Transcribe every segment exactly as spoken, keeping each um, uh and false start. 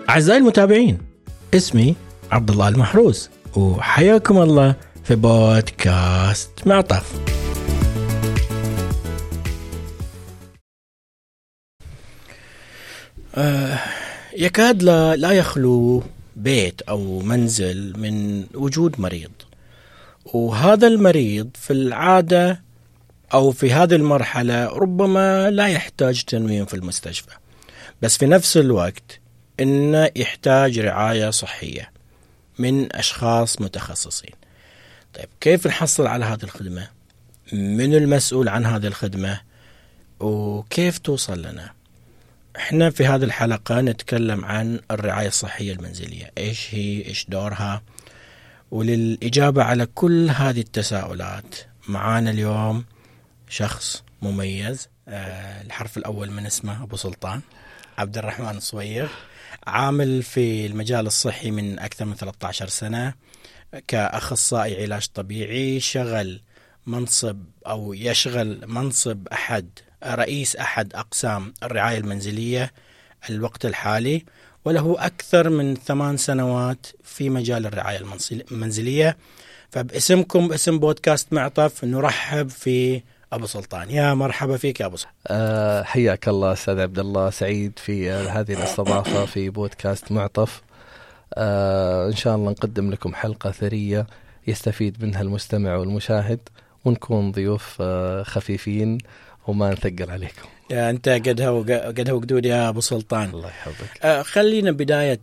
أعزائي المتابعين، اسمي عبد الله المحروس، وحياكم الله في بودكاست معطف. آه يكاد لا, لا يخلو بيت أو منزل من وجود مريض، وهذا المريض في العادة أو في هذه المرحلة ربما لا يحتاج تنويم في المستشفى، بس في نفس الوقت إنه يحتاج رعاية صحية من أشخاص متخصصين. طيب كيف نحصل على هذه الخدمة؟ من المسؤول عن هذه الخدمة؟ وكيف توصل لنا؟ احنا في هذه الحلقة نتكلم عن الرعاية الصحية المنزلية، ايش هي، ايش دورها. وللإجابة على كل هذه التساؤلات معانا اليوم شخص مميز. أه الحرف الأول من اسمه أبو سلطان عبد الرحمن الصويغ، عامل في المجال الصحي من أكثر من ثلاثة عشر سنة كأخصائي علاج طبيعي، شغل منصب أو يشغل منصب أحد رئيس أحد أقسام الرعاية المنزلية الوقت الحالي، وله أكثر من ثمان سنوات في مجال الرعاية المنزلية. فباسمكم باسم بودكاست معطف نرحب في أبو سلطان. يا مرحبا فيك يا أبو سلطان. أه حياك الله أستاذ عبد الله، سعيد في هذه الاستضافة في بودكاست معطف. أه إن شاء الله نقدم لكم حلقة ثرية يستفيد منها المستمع والمشاهد، ونكون ضيوف أه خفيفين وما نثقل عليكم. يا أنت قدها وقدها وقدود يا أبو سلطان. الله يحفظك. أه خلينا بداية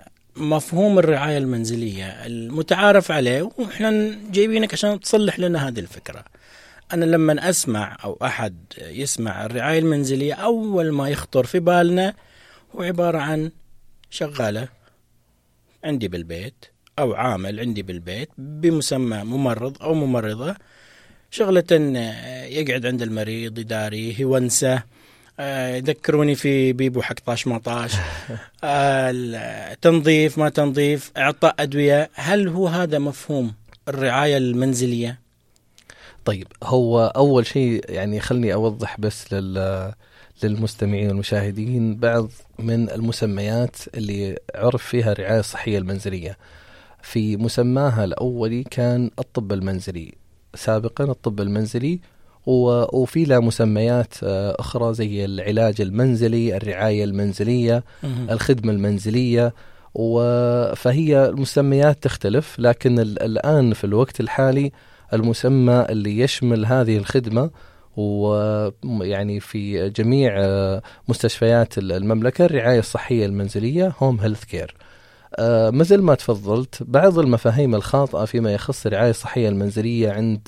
مفهوم الرعاية المنزلية المتعارف عليه، وإحنا جايبينك عشان تصلح لنا هذه الفكرة. أنا لما أسمع أو أحد يسمع الرعاية المنزلية أول ما يخطر في بالنا هو عبارة عن شغالة عندي بالبيت أو عامل عندي بالبيت بمسمى ممرض أو ممرضة، شغلة يقعد عند المريض يداريه يونسه، يذكروني في بيبو حق طاش ما طاش، تنظيف ما تنظيف، إعطاء أدوية. هل هو هذا مفهوم الرعاية المنزلية؟ طيب، هو أول شيء يعني خلني أوضح بس لل للمستمعين والمشاهدين بعض من المسميات اللي عرف فيها الرعاية الصحية المنزلية. في مسماها الأولي كان الطب المنزلي، سابقا الطب المنزلي، وفي له مسميات أخرى زي العلاج المنزلي، الرعاية المنزلية، الخدمة المنزلية، فهي المسميات تختلف. لكن الآن في الوقت الحالي المسمى اللي يشمل هذه الخدمة ويعني في جميع مستشفيات المملكة الرعاية الصحية المنزلية هوم هيلث كير. مثل ما تفضلت، بعض المفاهيم الخاطئة فيما يخص الرعاية الصحية المنزلية عند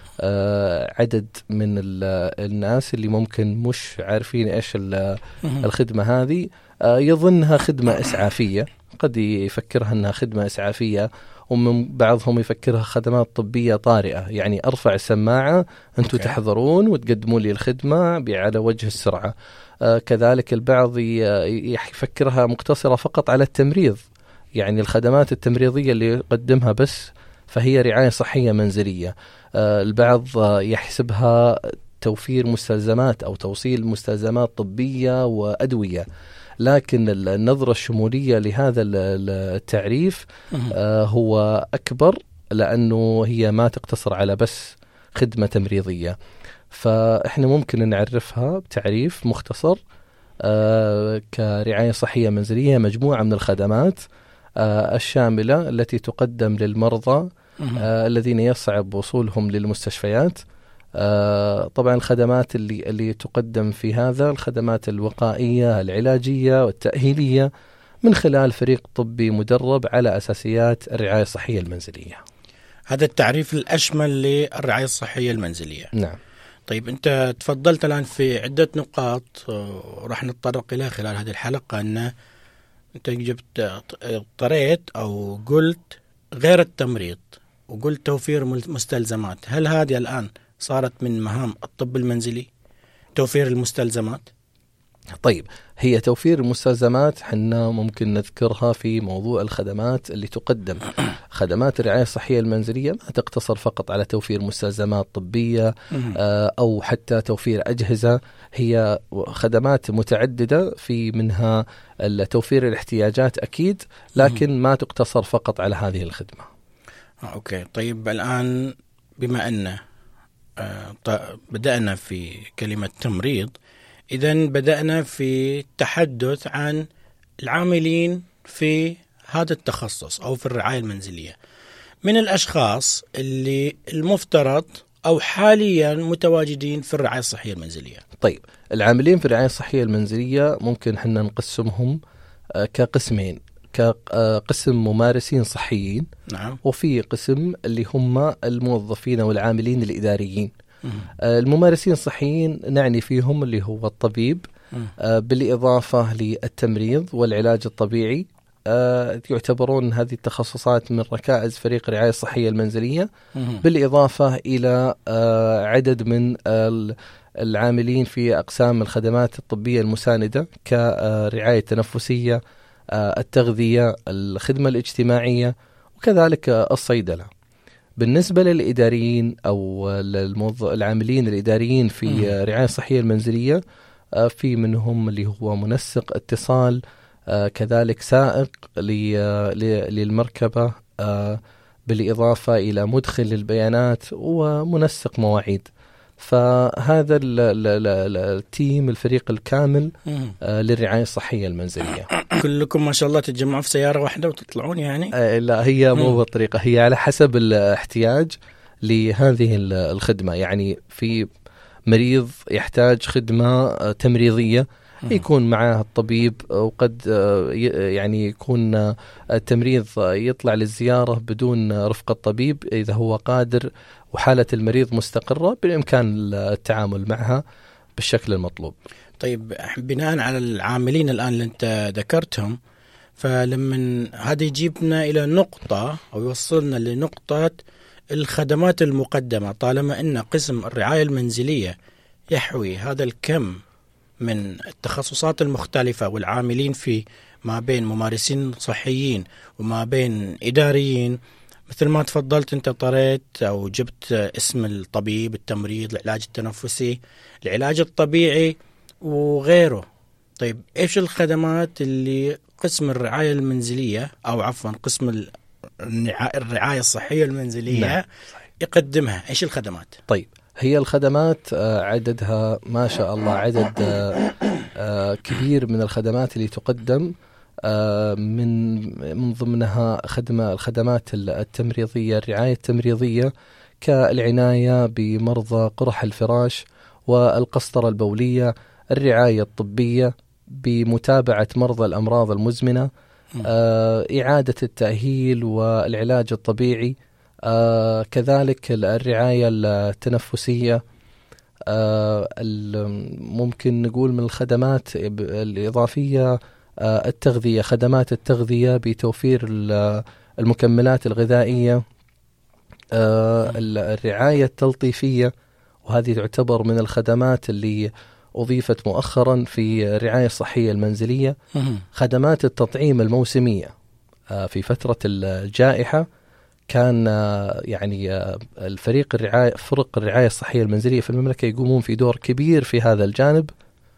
عدد من الناس اللي ممكن مش عارفين إيش الخدمة هذه، يظنها خدمة إسعافية، قد يفكرها أنها خدمة إسعافية، ومن بعضهم يفكرها خدمات طبية طارئة، يعني أرفع السماعة أنتوا تحضرون وتقدموا لي الخدمة على وجه السرعة. آه كذلك البعض يفكرها مقتصرة فقط على التمريض، يعني الخدمات التمريضية اللي يقدمها بس فهي رعاية صحية منزلية. آه البعض يحسبها توفير مستلزمات أو توصيل مستلزمات طبية وأدوية. لكن النظرة الشمولية لهذا التعريف آه هو أكبر، لأنه هي ما تقتصر على بس خدمة تمريضية. فإحنا ممكن نعرفها بتعريف مختصر آه كرعاية صحية منزلية مجموعة من الخدمات آه الشاملة التي تقدم للمرضى آه الذين يصعب وصولهم للمستشفيات. آه طبعا الخدمات اللي اللي تقدم في هذا الخدمات الوقائية العلاجية والتأهيلية من خلال فريق طبي مدرب على أساسيات الرعاية الصحية المنزلية. هذا التعريف الأشمل للرعاية الصحية المنزلية. نعم. طيب أنت تفضلت الآن في عدة نقاط راح نتطرق إليها خلال هذه الحلقة، أن أنت جبت طريت أو قلت غير التمريض وقلت توفير مستلزمات. هل هذه الآن صارت من مهام الطب المنزلي توفير المستلزمات؟ طيب، هي توفير المستلزمات حنا ممكن نذكرها في موضوع الخدمات اللي تقدم. خدمات الرعاية الصحية المنزلية ما تقتصر فقط على توفير مستلزمات طبية أو حتى توفير أجهزة، هي خدمات متعددة، في منها توفير الاحتياجات أكيد، لكن ما تقتصر فقط على هذه الخدمة. أوكي، طيب الآن بما أن بدأنا في كلمة تمريض، إذن بدأنا في التحدث عن العاملين في هذا التخصص أو في الرعاية المنزلية، من الأشخاص اللي المفترض أو حاليا متواجدين في الرعاية الصحية المنزلية. طيب، العاملين في الرعاية الصحية المنزلية ممكن حنا نقسمهم كقسمين، كقسم ممارسين صحيين، نعم، وفي قسم اللي هم الموظفين والعاملين الإداريين. الممارسين الصحيين نعني فيهم اللي هو الطبيب، بالإضافة للتمريض والعلاج الطبيعي. يعتبرون هذه التخصصات من ركائز فريق الرعاية الصحية المنزلية، بالإضافة إلى عدد من العاملين في أقسام الخدمات الطبية المساندة كرعاية تنفسية، التغذية، الخدمة الاجتماعية، وكذلك الصيدلة. بالنسبة للإداريين أو العاملين الإداريين في رعاية صحية المنزلية، في منهم اللي هو منسق اتصال، كذلك سائق للمركبة، بالإضافة إلى مدخل البيانات ومنسق مواعيد. فهذا التيم الفريق الكامل للرعاية الصحية المنزلية. كلكم ما شاء الله تتجمعوا في سيارة واحدة وتطلعون يعني؟ لا، هي مو بالطريقة، هي على حسب الاحتياج لهذه الخدمة. يعني في مريض يحتاج خدمة تمريضية يكون معه الطبيب، وقد يعني يكون التمريض يطلع للزيارة بدون رفقة الطبيب إذا هو قادر وحالة المريض مستقرة، بالإمكان التعامل معها بالشكل المطلوب. طيب، بناء على العاملين الآن اللي أنت ذكرتهم، فلما هذا يجيبنا إلى نقطة أو يوصلنا لنقطة الخدمات المقدمة، طالما أن قسم الرعاية المنزلية يحوي هذا الكم من التخصصات المختلفة والعاملين فيه، ما بين ممارسين صحيين وما بين إداريين، مثل ما تفضلت أنت طريت أو جبت اسم الطبيب، التمريض، العلاج التنفسي، العلاج الطبيعي وغيره. طيب، إيش الخدمات اللي قسم الرعاية المنزلية أو عفوا قسم الرعاية الصحية المنزلية نعم. يقدمها؟ إيش الخدمات؟ طيب، هي الخدمات عددها ما شاء الله عدد كبير من الخدمات اللي تقدم، من من ضمنها خدمة الخدمات التمريضية، الرعاية التمريضية كالعناية بمرضى قرح الفراش والقسطرة البولية، الرعاية الطبية بمتابعة مرضى الأمراض المزمنة، إعادة التأهيل والعلاج الطبيعي، كذلك الرعاية التنفسية. ممكن نقول من الخدمات الإضافية التغذية، خدمات التغذية بتوفير المكملات الغذائية، الرعاية التلطيفية، وهذه تعتبر من الخدمات اللي أضيفت مؤخرا في الرعاية الصحية المنزلية. خدمات التطعيم الموسمية، في فترة الجائحة كان يعني الفريق الرعاية فرق الرعاية الصحية المنزلية في المملكة يقومون في دور كبير في هذا الجانب،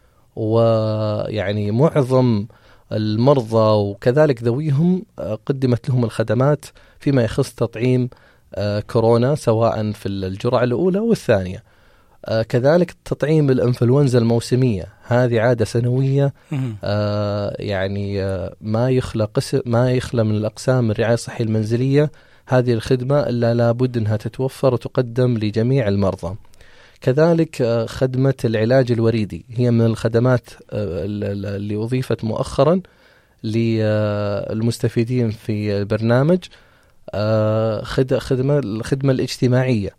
ويعني معظم المرضى وكذلك ذويهم قدمت لهم الخدمات فيما يخص تطعيم كورونا، سواء في الجرعة الأولى والثانية. كذلك تطعيم الإنفلونزا الموسمية، هذه عادة سنوية، يعني ما يخلى قسم ما يخلى من الأقسام الرعاية الصحية المنزلية هذه الخدمة إلا لابد أنها تتوفر وتقدم لجميع المرضى. كذلك خدمة العلاج الوريدي هي من الخدمات اللي أضيفت مؤخرا للمستفيدين في البرنامج. خدمة الخدمة الاجتماعية،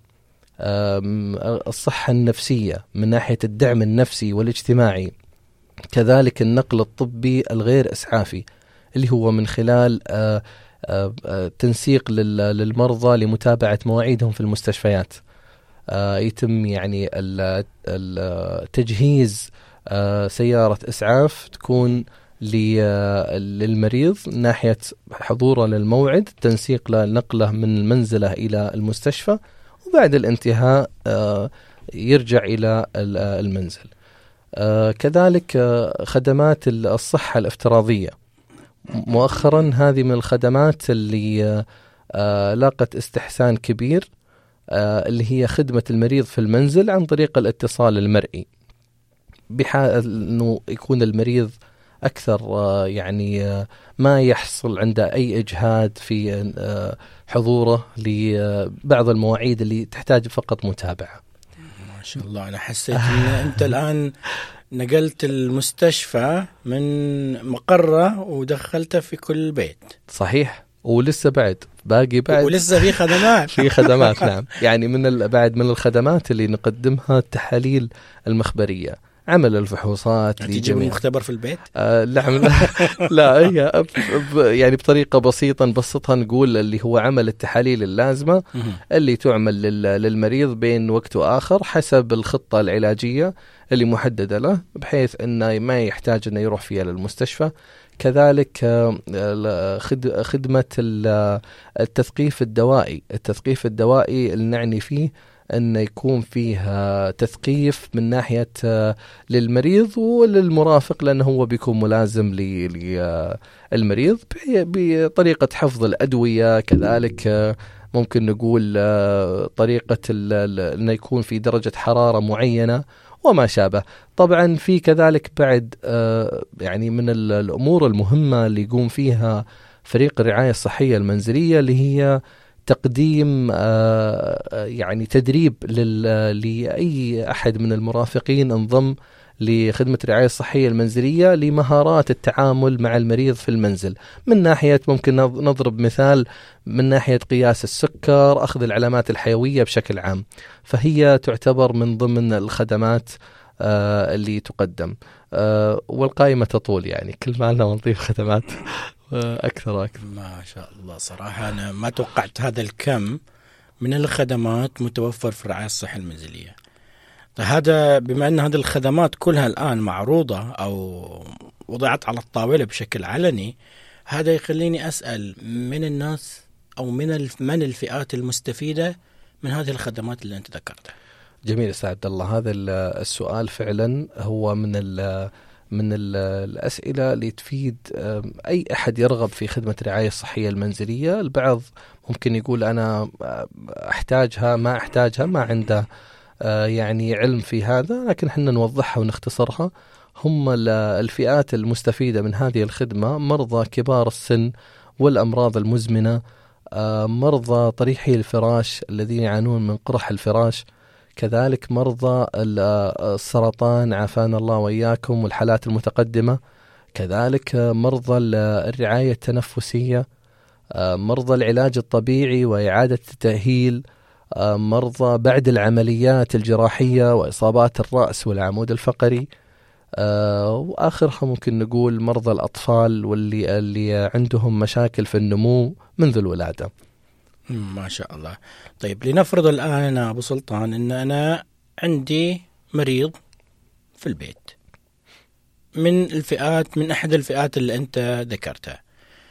الصحة النفسية من ناحية الدعم النفسي والاجتماعي، كذلك النقل الطبي الغير إسعافي اللي هو من خلال تنسيق للمرضى لمتابعة مواعيدهم في المستشفيات. يتم يعني التجهيز سيارة إسعاف تكون للمريض ناحية حضوره للموعد، تنسيق لنقله من منزله إلى المستشفى، وبعد الانتهاء يرجع إلى المنزل. كذلك خدمات الصحة الافتراضية مؤخرا، هذه من الخدمات اللي لاقت استحسان كبير، اللي هي خدمة المريض في المنزل عن طريق الاتصال المرئي، بحيث أنه يكون المريض أكثر يعني ما يحصل عنده أي إجهاد في حضوره لبعض المواعيد اللي تحتاج فقط متابعة. ما شاء الله، أنا حسيت أن أنت الآن نقلت المستشفى من مقره ودخلته في كل بيت. صحيح، ولسه بعد باقي بعد ولسه في خدمات في خدمات نعم، يعني من بعد من الخدمات اللي نقدمها التحاليل المخبرية، عمل الفحوصات. تيجي مختبر في البيت؟ آه لا لا هي يعني بطريقة بسيطة نبسطها، نقول اللي هو عمل التحاليل اللازمة اللي تعمل للمريض بين وقت وآخر حسب الخطة العلاجية اللي محددة له، بحيث أنه ما يحتاج أنه يروح فيها للمستشفى. كذلك خدمة التثقيف الدوائي. التثقيف الدوائي اللي نعني فيه أن يكون فيه تثقيف من ناحية للمريض وللمرافق، لأنه هو بيكون ملازم للمريض بطريقة حفظ الأدوية. كذلك ممكن نقول طريقة أنه يكون في درجة حرارة معينة وما شابه. طبعا في كذلك بعد يعني من الأمور المهمة اللي يقوم فيها فريق الرعاية الصحية المنزلية، اللي هي تقديم يعني تدريب لأي أحد من المرافقين انضم لخدمة الرعاية الصحية المنزلية لمهارات التعامل مع المريض في المنزل، من ناحية ممكن نضرب مثال من ناحية قياس السكر، أخذ العلامات الحيوية بشكل عام. فهي تعتبر من ضمن الخدمات اللي تقدم، والقائمة تطول، يعني كل ما لنا نضيف خدمات أكثر وأكثر. ما شاء الله، صراحة أنا ما توقعت هذا الكم من الخدمات متوفر في الرعاية الصحية المنزلية. هذا بما أن هذه الخدمات كلها الآن معروضة أو وضعت على الطاولة بشكل علني، هذا يخليني أسأل من الناس أو من من الفئات المستفيدة من هذه الخدمات اللي أنت ذكرتها. جميل أستاذ عبد الله، هذا السؤال فعلا هو من ال من الأسئلة اللي تفيد أي أحد يرغب في خدمة الرعاية الصحية المنزلية. البعض ممكن يقول أنا أحتاجها ما أحتاجها، ما عنده يعني علم في هذا، لكن احنا نوضحها ونختصرها. هم الفئات المستفيدة من هذه الخدمة: مرضى كبار السن والأمراض المزمنة، مرضى طريحي الفراش الذين يعانون من قرح الفراش، كذلك مرضى السرطان عافانا الله وإياكم والحالات المتقدمة، كذلك مرضى الرعاية التنفسية، مرضى العلاج الطبيعي وإعادة التأهيل، مرضى بعد العمليات الجراحية وإصابات الرأس والعمود الفقري، وآخرها ممكن نقول مرضى الأطفال واللي اللي عندهم مشاكل في النمو منذ الولادة. ما شاء الله. طيب لنفرض الآن أبو سلطان أن أنا عندي مريض في البيت من الفئات من أحد الفئات اللي أنت ذكرتها،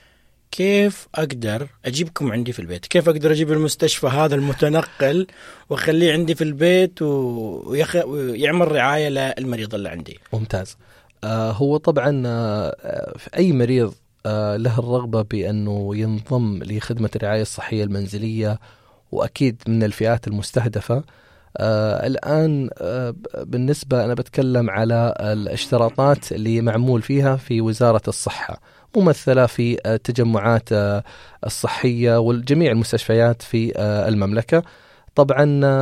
كيف أقدر أجيبكم عندي في البيت؟ كيف أقدر أجيب المستشفى هذا المتنقل وأخليه عندي في البيت ويخ... ويعمل رعاية للمريض اللي عندي؟ ممتاز. آه هو طبعا آه في أي مريض آه له الرغبة بأنه ينضم لخدمة الرعاية الصحية المنزلية، وأكيد من الفئات المستهدفة. آه الآن آه بالنسبة أنا بتكلم على الاشتراطات اللي معمول فيها في وزارة الصحة، ممثلة في التجمعات الصحية والجميع المستشفيات في المملكة. طبعا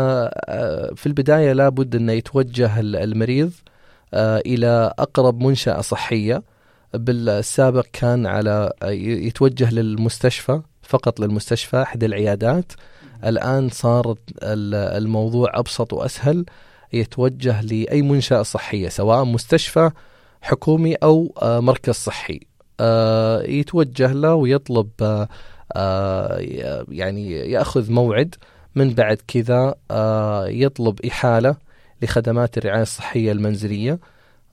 في البداية لابد أن يتوجه المريض إلى أقرب منشأة صحية. بالسابق كان على يتوجه للمستشفى، فقط للمستشفى أحد العيادات. الآن صار الموضوع أبسط وأسهل، يتوجه لأي منشأة صحية سواء مستشفى حكومي أو مركز صحي، آه يتوجه له ويطلب آه آه يعني يأخذ موعد. من بعد كذا آه يطلب إحالة لخدمات الرعاية الصحية المنزلية.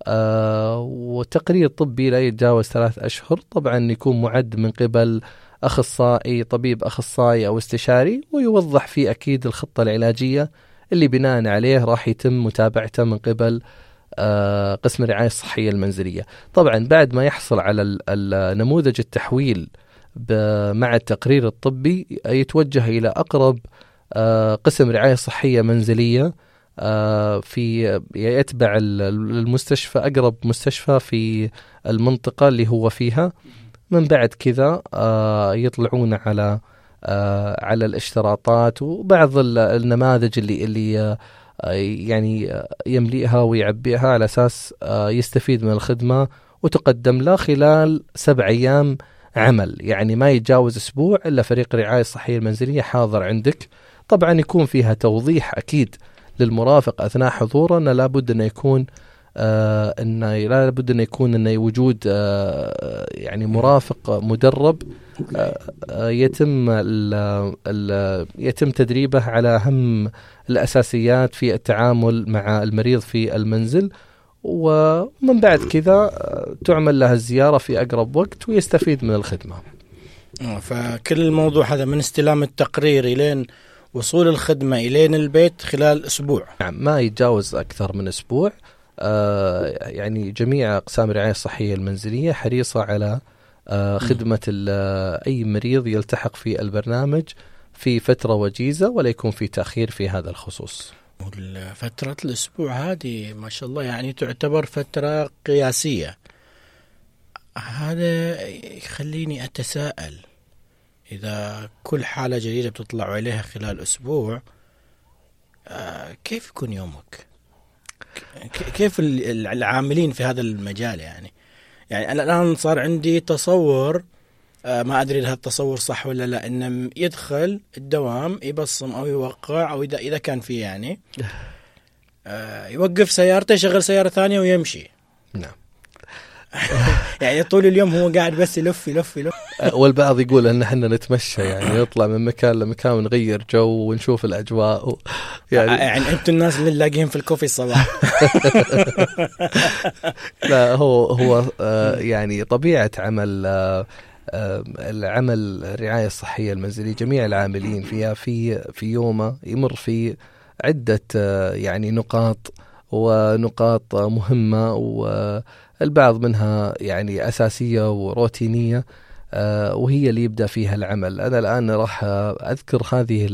آه وتقرير طبي لا يتجاوز ثلاث أشهر، طبعا يكون معد من قبل أخصائي طبيب أخصائي أو استشاري، ويوضح فيه أكيد الخطة العلاجية اللي بناء عليه راح يتم متابعته من قبل آه قسم الرعاية الصحية المنزلية. طبعا بعد ما يحصل على النموذج التحويل مع التقرير الطبي يتوجه إلى أقرب آه قسم رعاية صحية منزلية آه في يتبع المستشفى، أقرب مستشفى في المنطقة اللي هو فيها. من بعد كذا آه يطلعون على آه على الاشتراطات وبعض النماذج اللي اللي آه يعني يملئها ويعبئها على أساس آه يستفيد من الخدمة، وتقدم له خلال سبع أيام عمل، يعني ما يتجاوز أسبوع إلا فريق الرعاية الصحية المنزلية حاضر عندك. طبعا يكون فيها توضيح أكيد للمرافق أثناء حضوره أنه لابد أن يكون آه أنه لابد أن يكون أنه وجود آه يعني مرافق مدرب آه آه يتم ال ال يتم تدريبه على أهم الأساسيات في التعامل مع المريض في المنزل، ومن بعد كذا تعمل له الزيارة في أقرب وقت ويستفيد من الخدمة. فكل الموضوع هذا من استلام التقرير إلين وصول الخدمة إلين البيت خلال أسبوع. نعم، ما يتجاوز أكثر من أسبوع. آه يعني جميع أقسام الرعاية الصحية المنزلية حريصة على آه خدمة أي مريض يلتحق في البرنامج في فترة وجيزة، ولا يكون في تأخير في هذا الخصوص. فترة الأسبوع هذه ما شاء الله يعني تعتبر فترة قياسية. هذا يخليني أتساءل، إذا كل حالة جديدة بتطلع عليها خلال أسبوع كيف يكون يومك؟ كيف العاملين في هذا المجال؟ يعني يعني أنا الآن صار عندي تصور، ما أدري إذا التصور صح ولا لا، إنه يدخل الدوام يبصم أو يوقع، أو إذا إذا كان فيه يعني آه يوقف سيارته يشغل سيارة ثانية ويمشي. نعم. يعني طول اليوم هو قاعد بس يلف يلف يلف. والبعض يقول أن احنا نتمشى، يعني نطلع من مكان لمكان ونغير جو ونشوف الأجواء و... يعني يعني أنتم الناس اللي نلاقيهم في الكوفي الصباح. لا، هو هو آه يعني طبيعة عمل آه العمل الرعاية الصحية المنزلية، جميع العاملين فيها في في يومه يمر في عدة يعني نقاط ونقاط مهمة، والبعض منها يعني أساسية وروتينية، وهي اللي يبدأ فيها العمل. أنا الآن راح أذكر هذه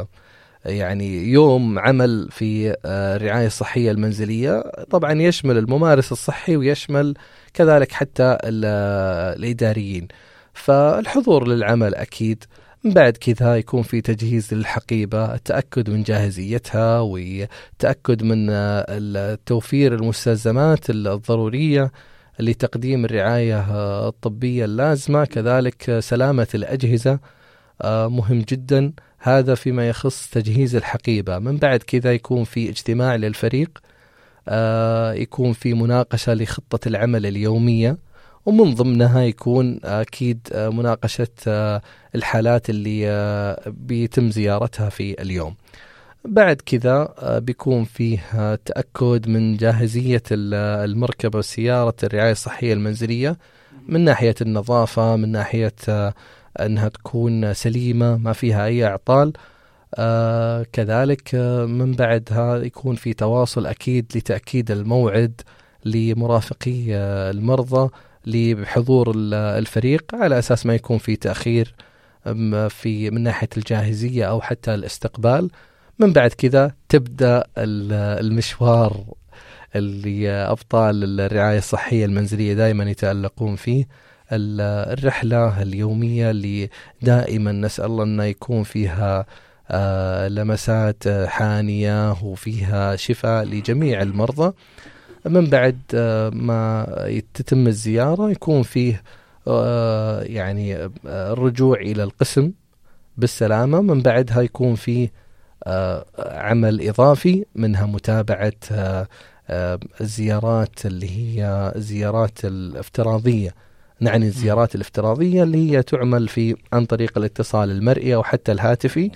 يعني يوم عمل في الرعاية الصحية المنزلية، طبعا يشمل الممارس الصحي ويشمل كذلك حتى الإداريين. فالحضور للعمل أكيد، بعد كذا يكون في تجهيز للحقيبة، التأكد من جاهزيتها والتأكد من توفير المستلزمات الضرورية لتقديم الرعاية الطبية اللازمة، كذلك سلامة الأجهزة مهم جدا، هذا فيما يخص تجهيز الحقيبة. من بعد كذا يكون في اجتماع للفريق، يكون في مناقشة لخطة العمل اليومية، ومن ضمنها يكون أكيد مناقشة الحالات اللي بيتم زيارتها في اليوم. بعد كذا بيكون فيه تأكد من جاهزية المركبة وسيارة الرعاية الصحية المنزلية من ناحية النظافة، من ناحية أنها تكون سليمة ما فيها أي أعطال. آه كذلك من بعدها يكون في تواصل أكيد لتأكيد الموعد لمرافقي المرضى لحضور الفريق، على أساس ما يكون في تأخير في من ناحية الجاهزية أو حتى الاستقبال. من بعد كذا تبدأ المشوار اللي أبطال الرعاية الصحية المنزلية دائما يتألقون فيه، الرحلة اليومية اللي دائما نسأل الله أن يكون فيها آه لمسات حانية وفيها شفاء لجميع المرضى. من بعد آه ما تتم الزيارة يكون فيه آه يعني الرجوع إلى القسم بالسلامة. من بعدها يكون فيه آه عمل إضافي، منها متابعة آه آه الزيارات اللي هي الزيارات الافتراضية، نعني الزيارات الافتراضية اللي هي تعمل في عن طريق الاتصال المرئي أو حتى الهاتفي،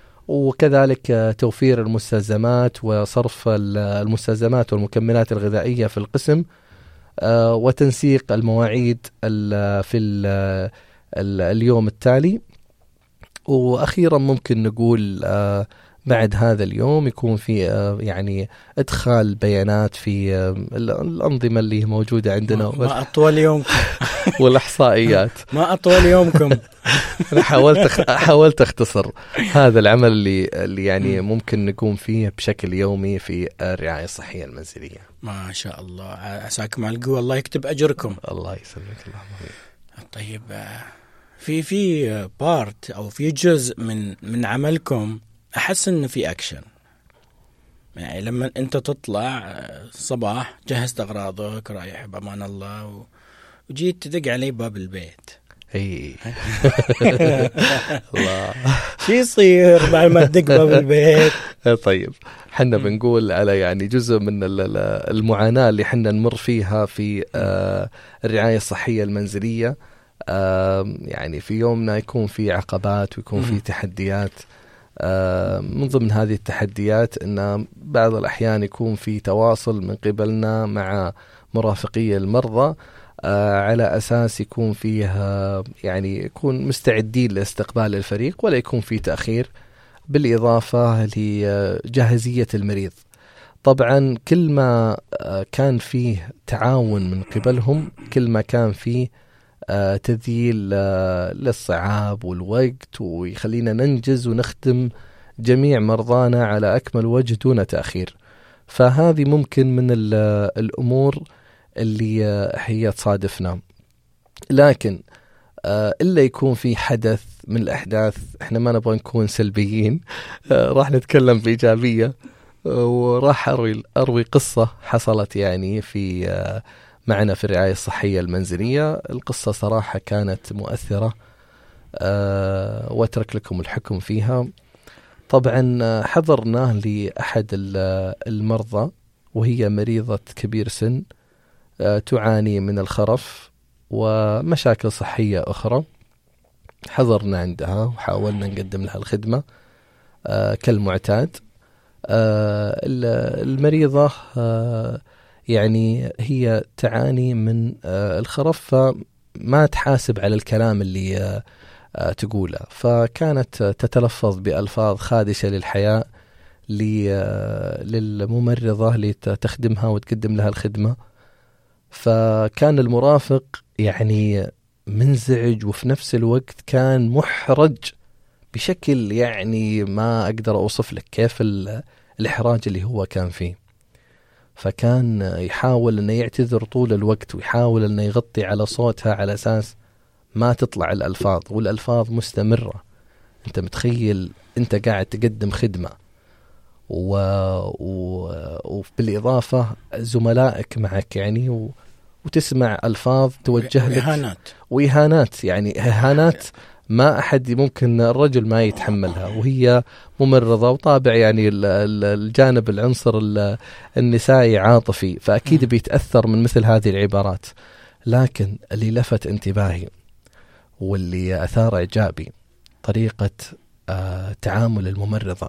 وكذلك توفير المستلزمات وصرف المستلزمات والمكملات الغذائية في القسم آه وتنسيق المواعيد في ال ال اليوم التالي. وأخيرا ممكن نقول آه بعد هذا اليوم يكون في آه يعني إدخال بيانات في آه الأنظمة اللي موجودة عندنا. ما أطول يومكم والإحصائيات. ما أطول يومكم. أنا حاولت حاولت أختصر هذا العمل اللي اللي يعني ممكن نقوم فيه بشكل يومي في الرعاية الصحية المنزلية. ما شاء الله، عساكم على القوة، الله يكتب أجركم. الله يسلمك. الله طيب، في في بارت أو في جزء من من عملكم أحس إنه في أكشن. يعني لما أنت تطلع الصباح جهزت أغراضك رايح بأمان الله وجيت تدق علي باب البيت. اي الله، شو يصير بعد ما تدق باب البيت؟ طيب حنا بنقول على يعني جزء من المعاناة اللي حنا نمر فيها في الرعاية الصحية المنزلية. يعني في يومنا يكون في عقبات ويكون في تحديات. من ضمن هذه التحديات أن بعض الأحيان يكون في تواصل من قبلنا مع مرافقي المرضى على أساس يكون فيها يعني يكون مستعدين لاستقبال الفريق ولا يكون في تأخير، بالإضافة لجاهزية المريض. طبعا كل ما كان فيه تعاون من قبلهم كل ما كان فيه تذييل للصعاب والوقت ويخلينا ننجز ونخدم جميع مرضانا على أكمل وجه دون تأخير. فهذه ممكن من الأمور اللي هي تصادفنا. لكن إلا يكون في حدث من الأحداث، إحنا ما نبغى نكون سلبيين، راح نتكلم بإيجابية. وراح أروي, أروي قصة حصلت يعني في معنا في الرعاية الصحية المنزلية. القصة صراحة كانت مؤثرة واترك لكم الحكم فيها. طبعا حضرنا لأحد المرضى وهي مريضة كبير سن تعاني من الخرف ومشاكل صحية أخرى. حضرنا عندها وحاولنا نقدم لها الخدمة كالمعتاد. المريضة يعني هي تعاني من الخرف فما تحاسب على الكلام اللي تقوله، فكانت تتلفظ بألفاظ خادشة للحياء للممرضة اللي تخدمها وتقدم لها الخدمة. فكان المرافق يعني منزعج وفي نفس الوقت كان محرج بشكل يعني ما أقدر أوصف لك كيف الإحراج اللي هو كان فيه. فكان يحاول أنه يعتذر طول الوقت ويحاول أنه يغطي على صوتها على أساس ما تطلع الألفاظ، والألفاظ مستمرة. أنت متخيل أنت قاعد تقدم خدمة و... و... وبالإضافة زملائك معك يعني و... وتسمع ألفاظ توجه لك وإهانات وإهانات يعني إهانات ما أحد ممكن الرجل ما يتحملها، وهي ممرضة وطابع يعني الجانب العنصر النسائي عاطفي، فأكيد بيتأثر من مثل هذه العبارات. لكن اللي لفت انتباهي واللي أثار إعجابي طريقة آه تعامل الممرضة.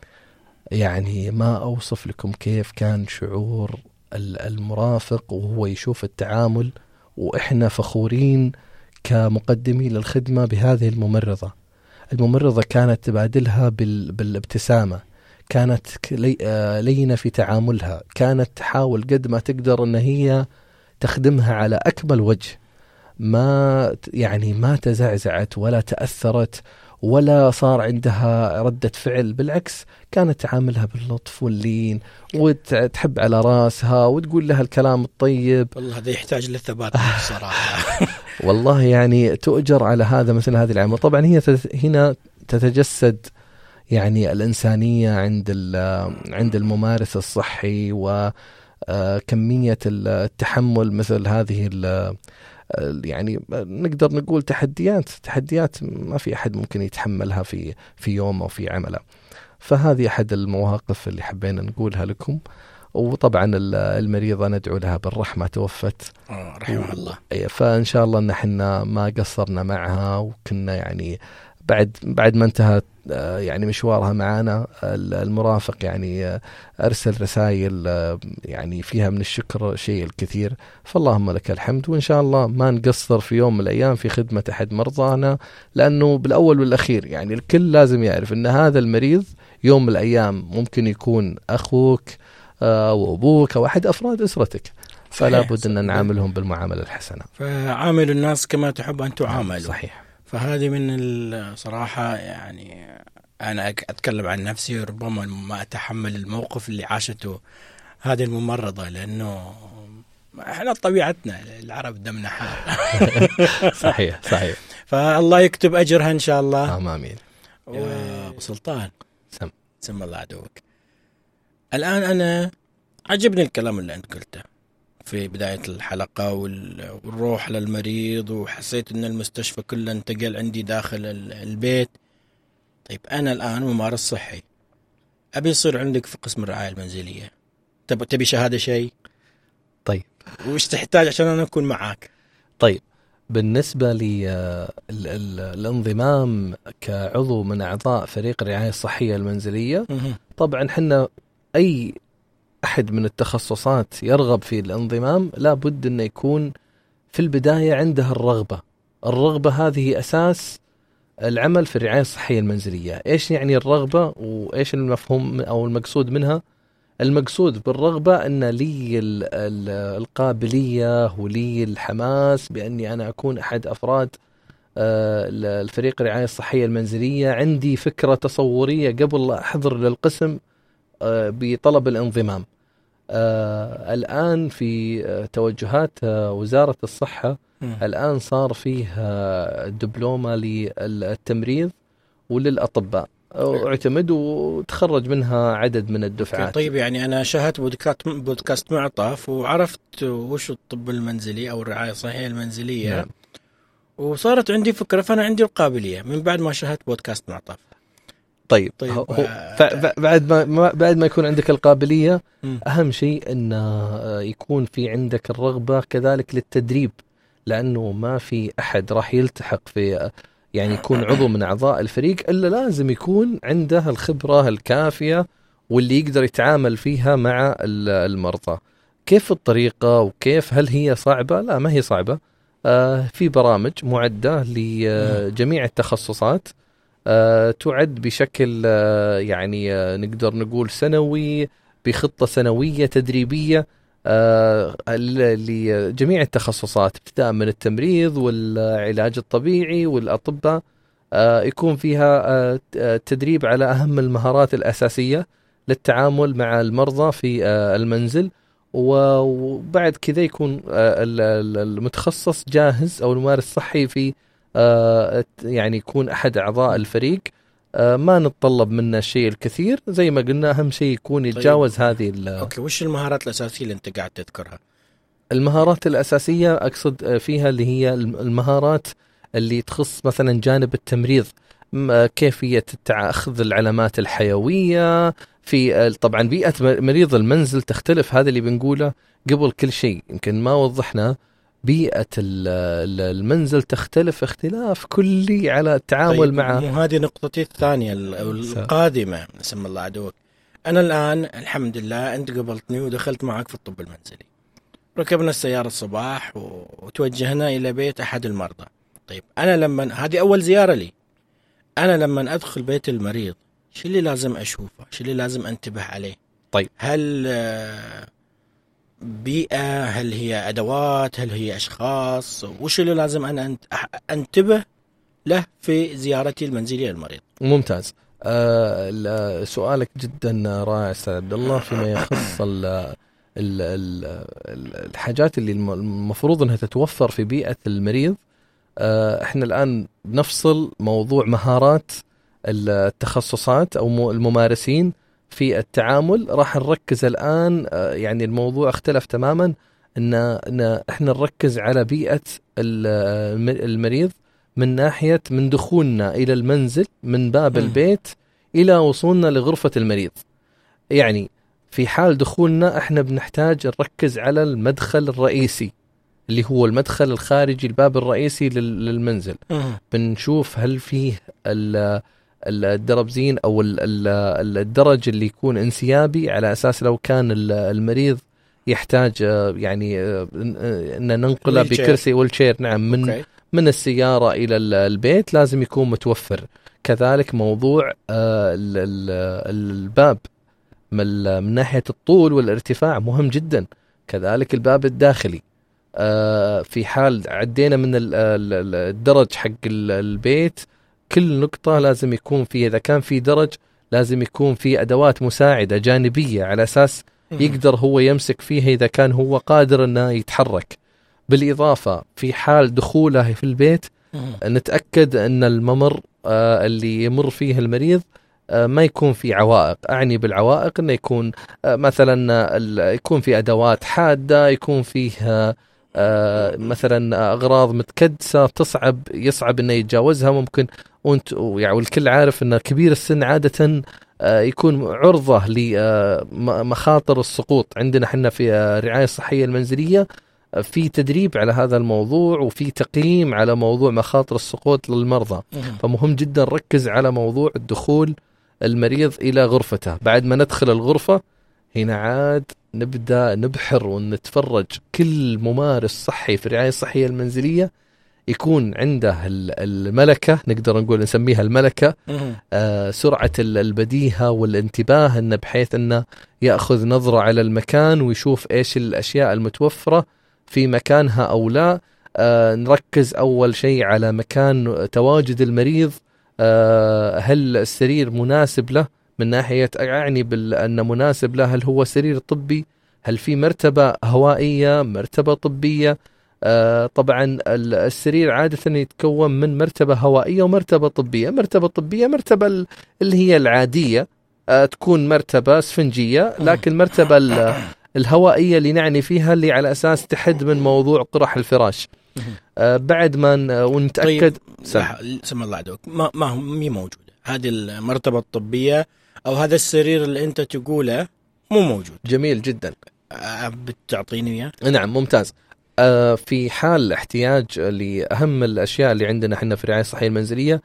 يعني ما أوصف لكم كيف كان شعور المرافق وهو يشوف التعامل، وإحنا فخورين كمقدمي للخدمة بهذه الممرضة. الممرضة كانت تبادلها بالابتسامة، كانت لينة في تعاملها، كانت تحاول قد ما تقدر أن هي تخدمها على أكمل وجه، ما يعني ما تزعزعت ولا تأثرت ولا صار عندها ردة فعل، بالعكس كانت تعاملها باللطف واللين وتحب على راسها وتقول لها الكلام الطيب. والله هذا يحتاج للثبات بصراحة. والله يعني تؤجر على هذا مثل هذه العمل. طبعا هي هنا تتجسد يعني الإنسانية عند عند الممارس الصحي وكمية التحمل مثل هذه يعني نقدر نقول تحديات تحديات ما في أحد ممكن يتحملها في في يوم أو في عمله. فهذه أحد المواقف اللي حبينا نقولها لكم. وطبعا المريضة ندعو لها بالرحمة، توفت رحمه الله. فإن شاء الله أن احنا ما قصرنا معها وكنا يعني بعد بعد ما انتهت يعني مشوارها معنا المرافق يعني أرسل رسائل يعني فيها من الشكر شيء الكثير. فاللهم لك الحمد، وإن شاء الله ما نقصر في يوم من الأيام في خدمة أحد مرضانا، لأنه بالأول والأخير يعني الكل لازم يعرف أن هذا المريض يوم من الأيام ممكن يكون أخوك أو أبوك أو أحد أفراد أسرتك، فلا بد أن نعاملهم بالمعاملة الحسنة. فعامل الناس كما تحب أن تعاملوا. صحيح. فهذه من الصراحة يعني أنا أتكلم عن نفسي، ربما ما أتحمل الموقف اللي عاشته هذه الممرضة، لأنه إحنا طبيعتنا العرب دمنا حار. صحيح صحيح. فالله يكتب أجرها إن شاء الله. آمين. وسلطان سم سم الله عدوك. الآن أنا عجبني الكلام اللي أنت قلته في بداية الحلقة والروح للمريض، وحسيت أن المستشفى كله انتقل عندي داخل البيت. طيب أنا الآن ممارس صحي، أبي يصير عندك في قسم الرعاية المنزلية، تبي تبي شهادة شيء؟ طيب وش تحتاج عشان أنا أكون معاك؟ طيب بالنسبة للانضمام كعضو من أعضاء فريق الرعاية الصحية المنزلية، طبعا حنا أي أحد من التخصصات يرغب في الانضمام لا بد أن يكون في البداية عنده الرغبة. الرغبة هذه أساس العمل في الرعاية الصحية المنزلية. إيش يعني الرغبة وإيش المفهوم أو المقصود منها؟ المقصود بالرغبة أن لي القابلية ولي الحماس بأني أنا أكون أحد أفراد الفريق الرعاية الصحية المنزلية، عندي فكرة تصورية قبل لا أحضر للقسم بطلب الانضمام. آه الآن في توجهات وزارة الصحة م. الآن صار فيه دبلومة للتمريض وللأطباء، اعتمد وتخرج منها عدد من الدفعات. طيب يعني أنا شاهدت بودكاست بودكاست معطف وعرفت وش الطب المنزلي أو الرعاية الصحية المنزلية. نعم. وصارت عندي فكرة، فأنا عندي القابلية من بعد ما شاهدت بودكاست معطف. طيب, طيب هو بعد ما بعد ما يكون عندك القابلية م. أهم شيء أن يكون في عندك الرغبة كذلك للتدريب، لأنه ما في أحد راح يلتحق في يعني يكون عضو من أعضاء الفريق إلا لازم يكون عنده الخبرة الكافية واللي يقدر يتعامل فيها مع المرضى. كيف الطريقة وكيف هل هي صعبة؟ لا ما هي صعبة. آه في برامج معدة لجميع التخصصات، آه تعد بشكل آه يعني آه نقدر نقول سنوي، بخطة سنوية تدريبية آه لجميع التخصصات ابتداء من التمريض والعلاج الطبيعي والأطباء. آه يكون فيها آه تدريب على أهم المهارات الأساسية للتعامل مع المرضى في آه المنزل، وبعد كذا يكون آه المتخصص جاهز أو الممارس الصحي في آه يعني يكون أحد أعضاء الفريق. آه ما نتطلب منه الشيء الكثير، زي ما قلنا أهم شيء يكون يتجاوز. طيب. هذه أوكي، وش المهارات الأساسية اللي أنت قاعد تذكرها؟ المهارات الأساسية أقصد فيها اللي هي المهارات اللي تخص مثلا جانب التمريض، كيفية أخذ العلامات الحيوية في طبعا بيئة مريض المنزل تختلف، هذا اللي بنقوله قبل كل شيء يمكن ما وضحنا. بيئة المنزل تختلف اختلاف كلي على التعامل. طيب مع هذه نقطتي الثانية القادمة. نسم الله عدوك. أنا الآن الحمد لله أنت قبلتني ودخلت معك في الطب المنزلي، ركبنا السيارة الصباح وتوجهنا إلى بيت أحد المرضى. طيب أنا لما هذه أول زيارة لي، أنا لما أدخل بيت المريض شو اللي لازم أشوفه؟ شو اللي لازم أنتبه عليه؟ طيب هل بيئة، هل هي أدوات، هل هي أشخاص؟ وش اللي لازم أنا أنتبه له في زيارتي المنزلية للمريض؟ ممتاز. آه سؤالك جدا رائع أستاذ عبد الله فيما يخص ال ال ال الحاجات اللي المفروض أنها تتوفر في بيئة المريض. آه احنا الآن بنفصل موضوع مهارات التخصصات أو الممارسين في التعامل. راح نركز الآن آه يعني الموضوع اختلف تماما، إن, إن احنا نركز على بيئة المريض من ناحية من دخولنا إلى المنزل من باب البيت إلى وصولنا لغرفة المريض. يعني في حال دخولنا احنا بنحتاج نركز على المدخل الرئيسي اللي هو المدخل الخارجي الباب الرئيسي لل- للمنزل. مم. بنشوف هل فيه ال- الدربزين أو ال- ال- الدرج اللي يكون انسيابي، على أساس لو كان ال- المريض يحتاج آه، يعني آه، أن ننقله ويل شير. بكرسي ويلشير، نعم، من أوكي. من السيارة إلى ال- البيت لازم يكون متوفر. كذلك موضوع آه، ال- ال- الباب من من ناحية الطول والارتفاع مهم جدا. كذلك الباب الداخلي، آه، في حال عدينا من ال- ال- الدرج حق ال- البيت، كل نقطة لازم يكون فيه، إذا كان في درج لازم يكون في أدوات مساعدة جانبية على أساس مم. يقدر هو يمسك فيها إذا كان هو قادر أنه يتحرك. بالإضافة في حال دخوله في البيت مم. نتأكد أن الممر آه، اللي يمر فيه المريض آه، ما يكون في عوائق. أعني بالعوائق أنه يكون آه، مثلا آه، ال- يكون في أدوات حادة، يكون فيه آه، آه، مثلا أغراض متكدسة تصعب يصعب أنه يتجاوزها. ممكن وانت يعني والكل عارف أن كبير السن عادة آه، يكون عرضة لمخاطر السقوط. عندنا حنا في آه، الرعاية الصحية المنزلية آه، في تدريب على هذا الموضوع، وفي تقييم على موضوع مخاطر السقوط للمرضى. مم. فمهم جدا نركز على موضوع الدخول المريض إلى غرفته. بعد ما ندخل الغرفة هنا عاد نبدأ نبحر ونتفرج. كل ممارس صحي في الرعاية الصحية المنزلية يكون عنده ال- الملكة، نقدر نقول نسميها الملكة، مم. آه سرعة ال- البديهة والانتباه، إنه بحيث أنه يأخذ نظرة على المكان ويشوف إيش الأشياء المتوفرة في مكانها أو لا. آه نركز أول شيء على مكان تواجد المريض، آه هل السرير مناسب له من ناحية، أعني بأن مناسب له، هل هو سرير طبي، هل في مرتبة هوائية، مرتبة طبية. آه طبعا ال- السرير عادة يتكون من مرتبة هوائية ومرتبة طبية. مرتبة طبية مرتبة ال- اللي هي العادية، آه تكون مرتبة اسفنجية، لكن المرتبة ال- الهوائية اللي نعني فيها اللي على أساس تحد من موضوع قرح الفراش. آه بعد ما ن- ونتأكد. طيب سم. لا، سم الله عدوك، ما ما هو مي موجودة هذه المرتبة الطبية أو هذا السرير اللي أنت تقوله مو موجود. جميل جدا. أه، بتعطيني إياه؟ نعم ممتاز. آه في حال احتياج لأهم الأشياء اللي عندنا احنا في الرعاية الصحية المنزلية،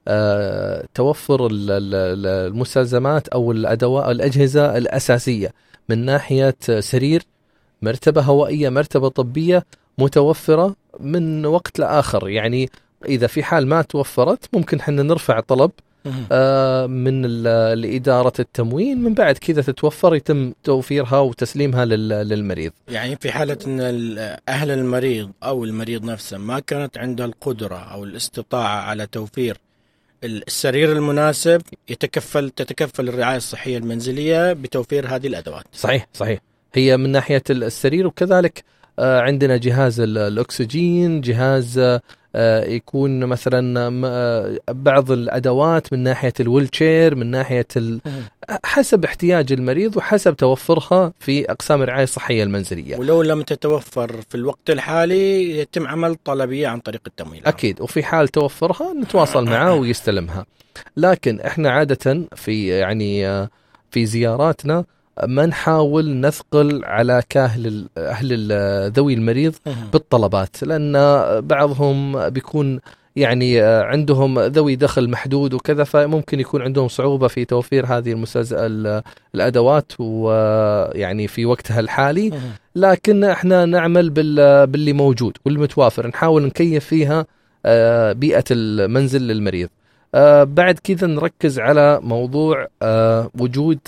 آه توفر ال- ال- المستلزمات أو الأدوات الأجهزة الأساسية من ناحية سرير، مرتبة هوائية، مرتبة طبية متوفرة من وقت لآخر. يعني إذا في حال ما توفرت ممكن حنا نرفع طلب مم. آه، من ال- لإدارة التموين، من بعد كذا تتوفر يتم توفيرها وتسليمها لل- للمريض. يعني في حالة أن ال- أهل المريض أو المريض نفسه ما كانت عنده القدرة أو الاستطاعة على توفير السرير المناسب، يتكفل تتكفل الرعاية الصحية المنزلية بتوفير هذه الأدوات. صحيح صحيح. هي من ناحية السرير، وكذلك آه، عندنا جهاز ال- الأكسجين، جهاز آه، يكون مثلا م- آه، بعض الأدوات من ناحية الويلشير، من ناحية ال... حسب احتياج المريض وحسب توفرها في أقسام الرعاية الصحية المنزلية. ولو لم تتوفر في الوقت الحالي يتم عمل طلبية عن طريق التمويل. أكيد، وفي حال توفرها نتواصل معاه ويستلمها. لكن إحنا عادة في يعني آه، في زياراتنا ما نحاول نثقل على كاهل ال- أهل ال- ذوي المريض بالطلبات، لأن بعضهم بيكون يعني آه، عندهم ذوي دخل محدود وكذا، فممكن يكون عندهم صعوبة في توفير هذه المستلز... ال- الأدوات ويعني في وقتها الحالي. لكن احنا نعمل بال... باللي موجود والمتوافر، نحاول نكيف فيها آه، بيئة المنزل للمريض. آه، بعد كذا نركز على موضوع آه، وجود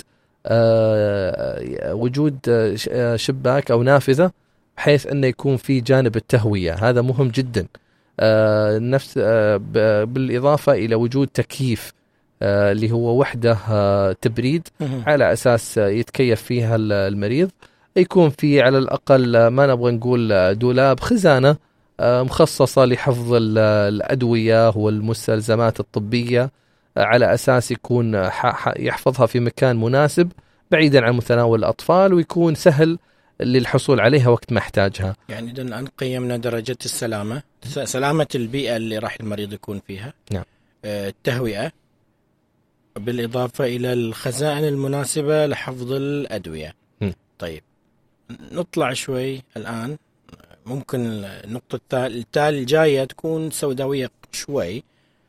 آه، وجود آه، ش- آه، شباك أو نافذة، بحيث أنه يكون في جانب التهوية. هذا مهم جدا. آه، نفس آه، ب- بالإضافة إلى وجود تكييف آه، اللي هو وحدة آه، تبريد، على أساس آه، يتكيف فيها ال- المريض. يكون في على الأقل آه، ما نبغى نقول آه، دولاب، خزانة آه، مخصصة لحفظ ال- الأدوية والمستلزمات الطبية، آه، على أساس يكون آه، ح- ح- يحفظها في مكان مناسب بعيدا عن متناول الأطفال، ويكون سهل للحصول عليها وقت ما احتاجها. يعني إذا الآن قيمنا درجة السلامة، س- سلامة البيئة اللي راح المريض يكون فيها، نعم. آه، التهوئة، بالإضافة إلى الخزائن المناسبة لحفظ الأدوية. م. طيب نطلع شوي الآن ممكن النقطة التالية الجاية تكون سوداوية شوي،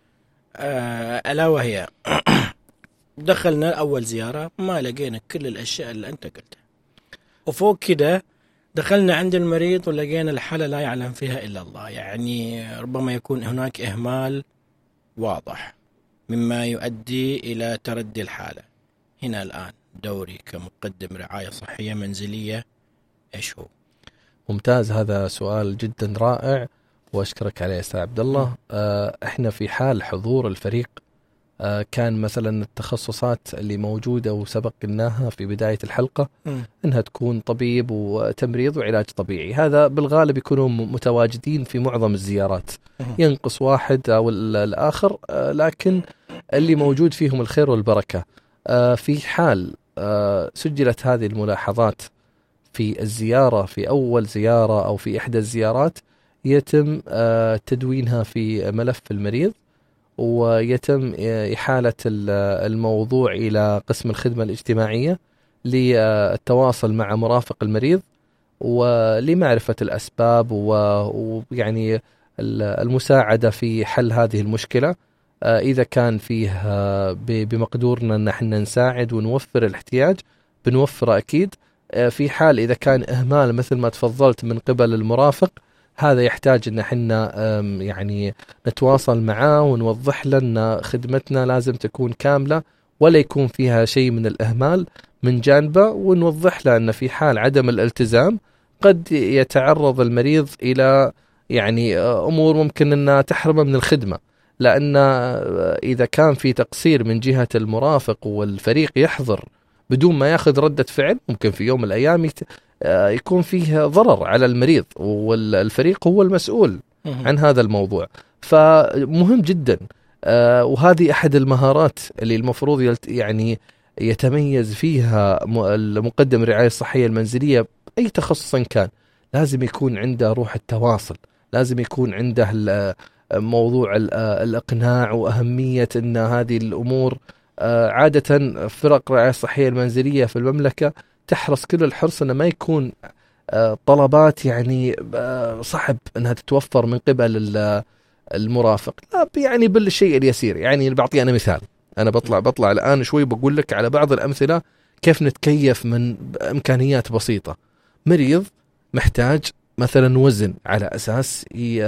آه ألا وهي دخلنا أول زيارة ما لقينا كل الأشياء اللي أنت قلتها، وفوق كده دخلنا عند المريض ولقينا الحالة لا يعلم فيها إلا الله. يعني ربما يكون هناك إهمال واضح مما يؤدي إلى تردي الحالة. هنا الآن دوري كمقدم رعاية صحية منزلية إيش هو؟ ممتاز، هذا سؤال جدا رائع وأشكرك عليه أستاذ عبد الله. آه إحنا في حال حضور الفريق آه كان مثلا التخصصات اللي موجودة وسبق قلناها في بداية الحلقة م. إنها تكون طبيب وتمريض وعلاج طبيعي، هذا بالغالب يكونوا متواجدين في معظم الزيارات، م. ينقص واحد أو الآخر، آه لكن اللي موجود فيهم الخير والبركة. آه في حال آه سجلت هذه الملاحظات في الزيارة، في أول زيارة أو في إحدى الزيارات، يتم آه تدوينها في ملف المريض، ويتم إحالة الموضوع إلى قسم الخدمة الاجتماعية للتواصل مع مرافق المريض ولمعرفة الأسباب ويعني المساعدة في حل هذه المشكلة. إذا كان فيه بمقدورنا أن احنا نساعد ونوفر الاحتياج بنوفره أكيد. في حال إذا كان إهمال مثل ما تفضلت من قبل المرافق، هذا يحتاج ان احنا يعني نتواصل معاه ونوضح له ان خدمتنا لازم تكون كاملة ولا يكون فيها شيء من الإهمال من جانبه، ونوضح له ان في حال عدم الالتزام قد يتعرض المريض الى يعني امور ممكن انها تحرمه من الخدمة، لان اذا كان في تقصير من جهة المرافق والفريق يحضر بدون ما ياخذ ردة فعل، ممكن في يوم من الايام يت... يكون فيه ضرر على المريض، والفريق هو المسؤول عن هذا الموضوع. فمهم جدا، وهذه أحد المهارات اللي المفروض يعني يتميز فيها المقدم الرعاية الصحية المنزلية أي تخصص كان. لازم يكون عنده روح التواصل، لازم يكون عنده موضوع الإقناع وأهمية أن هذه الأمور. عادة فرق الرعاية الصحية المنزلية في المملكة تحرص كل الحرص أنه ما يكون طلبات يعني صعب أنها تتوفر من قبل المرافق، لا يعني بالشيء اليسير. يعني بعطي أنا مثال، أنا بطلع بطلع الآن شوي بقول لك على بعض الأمثلة كيف نتكيف من إمكانيات بسيطة. مريض محتاج مثلا وزن على أساس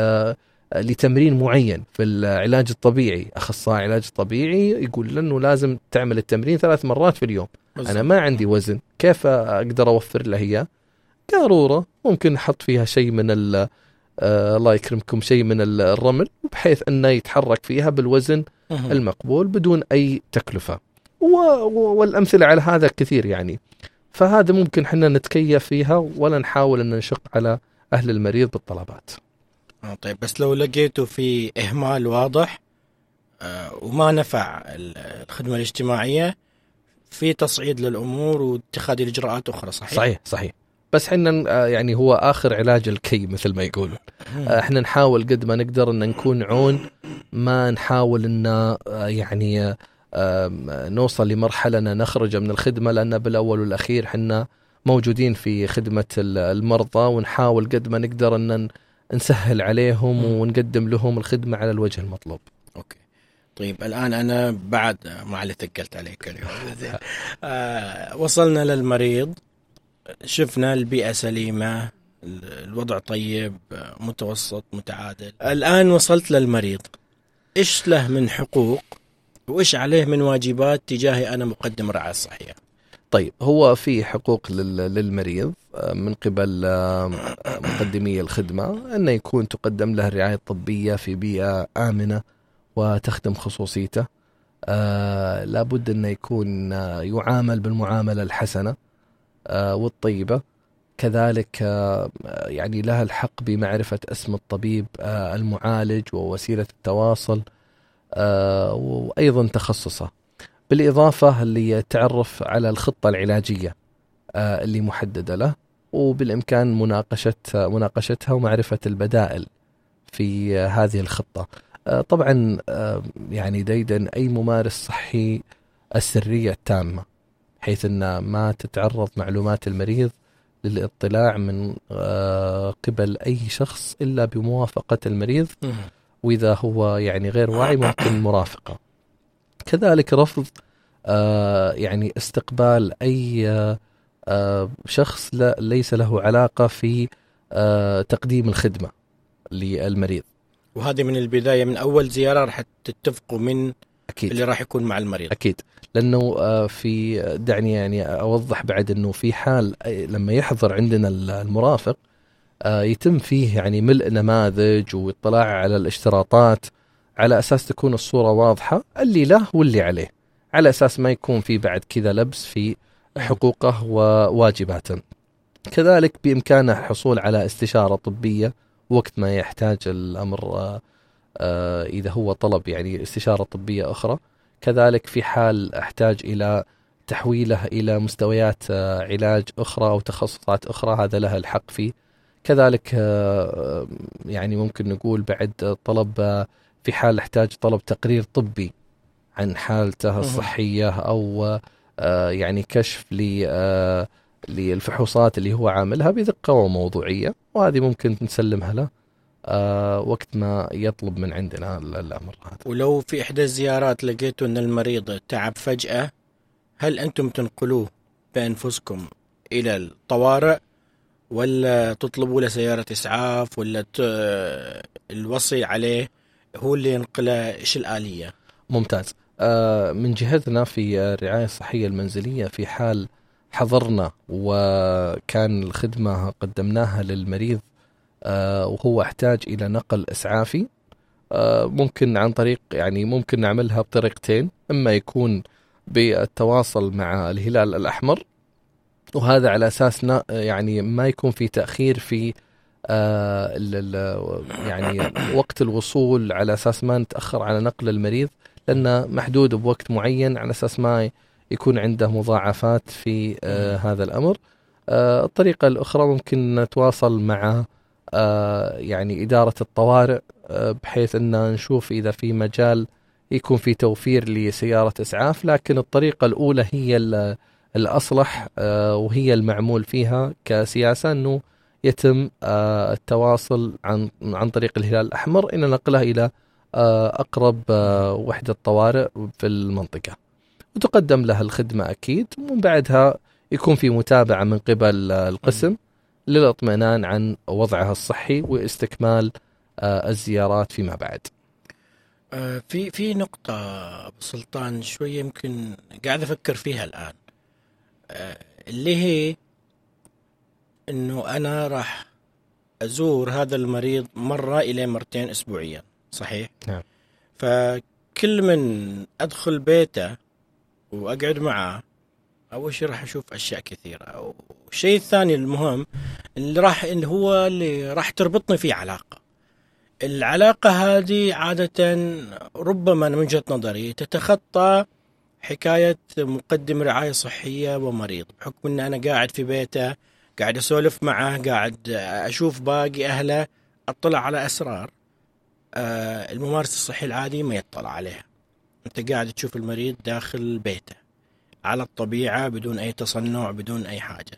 لتمرين معين في العلاج الطبيعي، أخصائي علاج طبيعي يقول لأنه لازم تعمل التمرين ثلاث مرات في اليوم. أنا ما عندي وزن، كيف أقدر أوفر له هي؟ قارورة ممكن نحط فيها شيء من ال آه الله يكرمكم شيء من الرمل، بحيث أنه يتحرك فيها بالوزن المقبول بدون أي تكلفة، والأمثلة على هذا كثير يعني. فهذا ممكن حنا نتكيف فيها ولا نحاول أن نشق على أهل المريض بالطلبات. آه طيب، بس لو لقيتوا في إهمال واضح آه وما نفع الخدمة الاجتماعية، في تصعيد للأمور واتخاذ الإجراءات أخرى، صحيح؟ صحيح صحيح. بس حنا يعني هو آخر علاج الكي مثل ما يقولوا. احنا نحاول قد ما نقدر أن نكون عون، ما نحاول أن يعني نوصل لمرحلة أن نخرج من الخدمة، لأن بالأول والأخير حنا موجودين في خدمة المرضى، ونحاول قد ما نقدر أن نسهل عليهم ونقدم لهم الخدمة على الوجه المطلوب. أوكي. طيب الآن أنا بعد ما اللي ثقلت عليك اليوم آه وصلنا للمريض، شفنا البيئة سليمة، الوضع طيب متوسط متعادل. الآن وصلت للمريض، إيش له من حقوق وإيش عليه من واجبات تجاهي أنا مقدم رعاية صحية؟ طيب، هو في حقوق للمريض من قبل مقدمي الخدمة، أنه يكون تقدم له الرعاية الطبية في بيئة آمنة وتخدم خصوصيته. آه لابد أنه يكون يعامل بالمعاملة الحسنة آه والطيبة. كذلك آه يعني لها الحق بمعرفة اسم الطبيب آه المعالج ووسيلة التواصل آه وأيضا تخصصه، بالإضافة اللي تعرف على الخطة العلاجية آه اللي محددة له، وبالإمكان مناقشة مناقشتها ومعرفة البدائل في آه هذه الخطة. آه طبعا آه يعني ديدا أي ممارس صحي السرية التامة، حيث أن ما تتعرض معلومات المريض للاطلاع من قبل أي شخص إلا بموافقة المريض، وإذا هو يعني غير واعي ممكن مرافقة. كذلك رفض يعني استقبال أي شخص ليس له علاقة في تقديم الخدمة للمريض. وهذه من البداية، من أول زيارة رح تتفقوا من أكيد. اللي راح يكون مع المريض. أكيد، لأنه في دعني يعني أوضح بعد أنه في حال لما يحضر عندنا المرافق يتم فيه يعني ملء نماذج واطلاع على الاشتراطات على أساس تكون الصورة واضحة اللي له واللي عليه، على أساس ما يكون في بعد كذا لبس في حقوقه وواجباته. كذلك بإمكانه الحصول على استشارة طبية وقت ما يحتاج الأمر، إذا هو طلب يعني استشارة طبية أخرى. كذلك في حال احتاج إلى تحويله إلى مستويات علاج أخرى أو تخصصات أخرى، هذا له الحق فيه. كذلك يعني ممكن نقول بعد طلب في حال احتاج طلب تقرير طبي عن حالته الصحية أو يعني كشف للفحوصات اللي هو عاملها بدقة وموضوعية، وهذه ممكن نسلمها له وقت ما يطلب من عندنا الأمر هذا. ولو في إحدى الزيارات لقيتوا أن المريض تعب فجأة، هل أنتم تنقلوه بأنفسكم إلى الطوارئ ولا تطلبوا له سيارة إسعاف، ولا الوصي عليه هو اللي ينقله؟ إيش الآلية؟ ممتاز. من جهتنا في الرعاية الصحية المنزلية، في حال حضرنا وكان الخدمة قدمناها للمريض وهو احتاج إلى نقل إسعافي، ممكن عن طريق يعني ممكن نعملها بطريقتين، إما يكون بالتواصل مع الهلال الأحمر، وهذا على أساس يعني ما يكون في تأخير في يعني وقت الوصول، على أساس ما نتأخر على نقل المريض لأنه محدود بوقت معين، على أساس ما يكون عنده مضاعفات في هذا الأمر. الطريقة الأخرى ممكن نتواصل مع يعني إدارة الطوارئ بحيث أن نشوف إذا في مجال يكون في توفير لسيارة إسعاف، لكن الطريقة الأولى هي الأصلح وهي المعمول فيها كسياسة، أنه يتم التواصل عن عن طريق الهلال الأحمر إن نقلها إلى أقرب وحدة طوارئ في المنطقة وتقدم لها الخدمة أكيد، ومن بعدها يكون في متابعة من قبل القسم للاطمئنان عن وضعها الصحي واستكمال الزيارات فيما بعد. في في نقطة أبو سلطان شوية يمكن قاعد أفكر فيها الآن، اللي هي إنه أنا راح أزور هذا المريض مرة إلى مرتين أسبوعيا، صحيح؟ نعم. فكل من أدخل بيته وأقعد معه أول شيء راح أشوف أشياء كثيرة، والشيء الثاني المهم اللي راح اللي هو اللي راح تربطني فيه علاقة. العلاقة هذه عادة ربما من وجهة نظري تتخطى حكاية مقدم رعاية صحية ومريض، بحكم أن أنا قاعد في بيته، قاعد أسولف معه، قاعد أشوف باقي أهله، أطلع على أسرار آه الممارس الصحي العادي ما يطلع عليها. أنت قاعد تشوف المريض داخل بيته على الطبيعة بدون أي تصنع، بدون أي حاجة.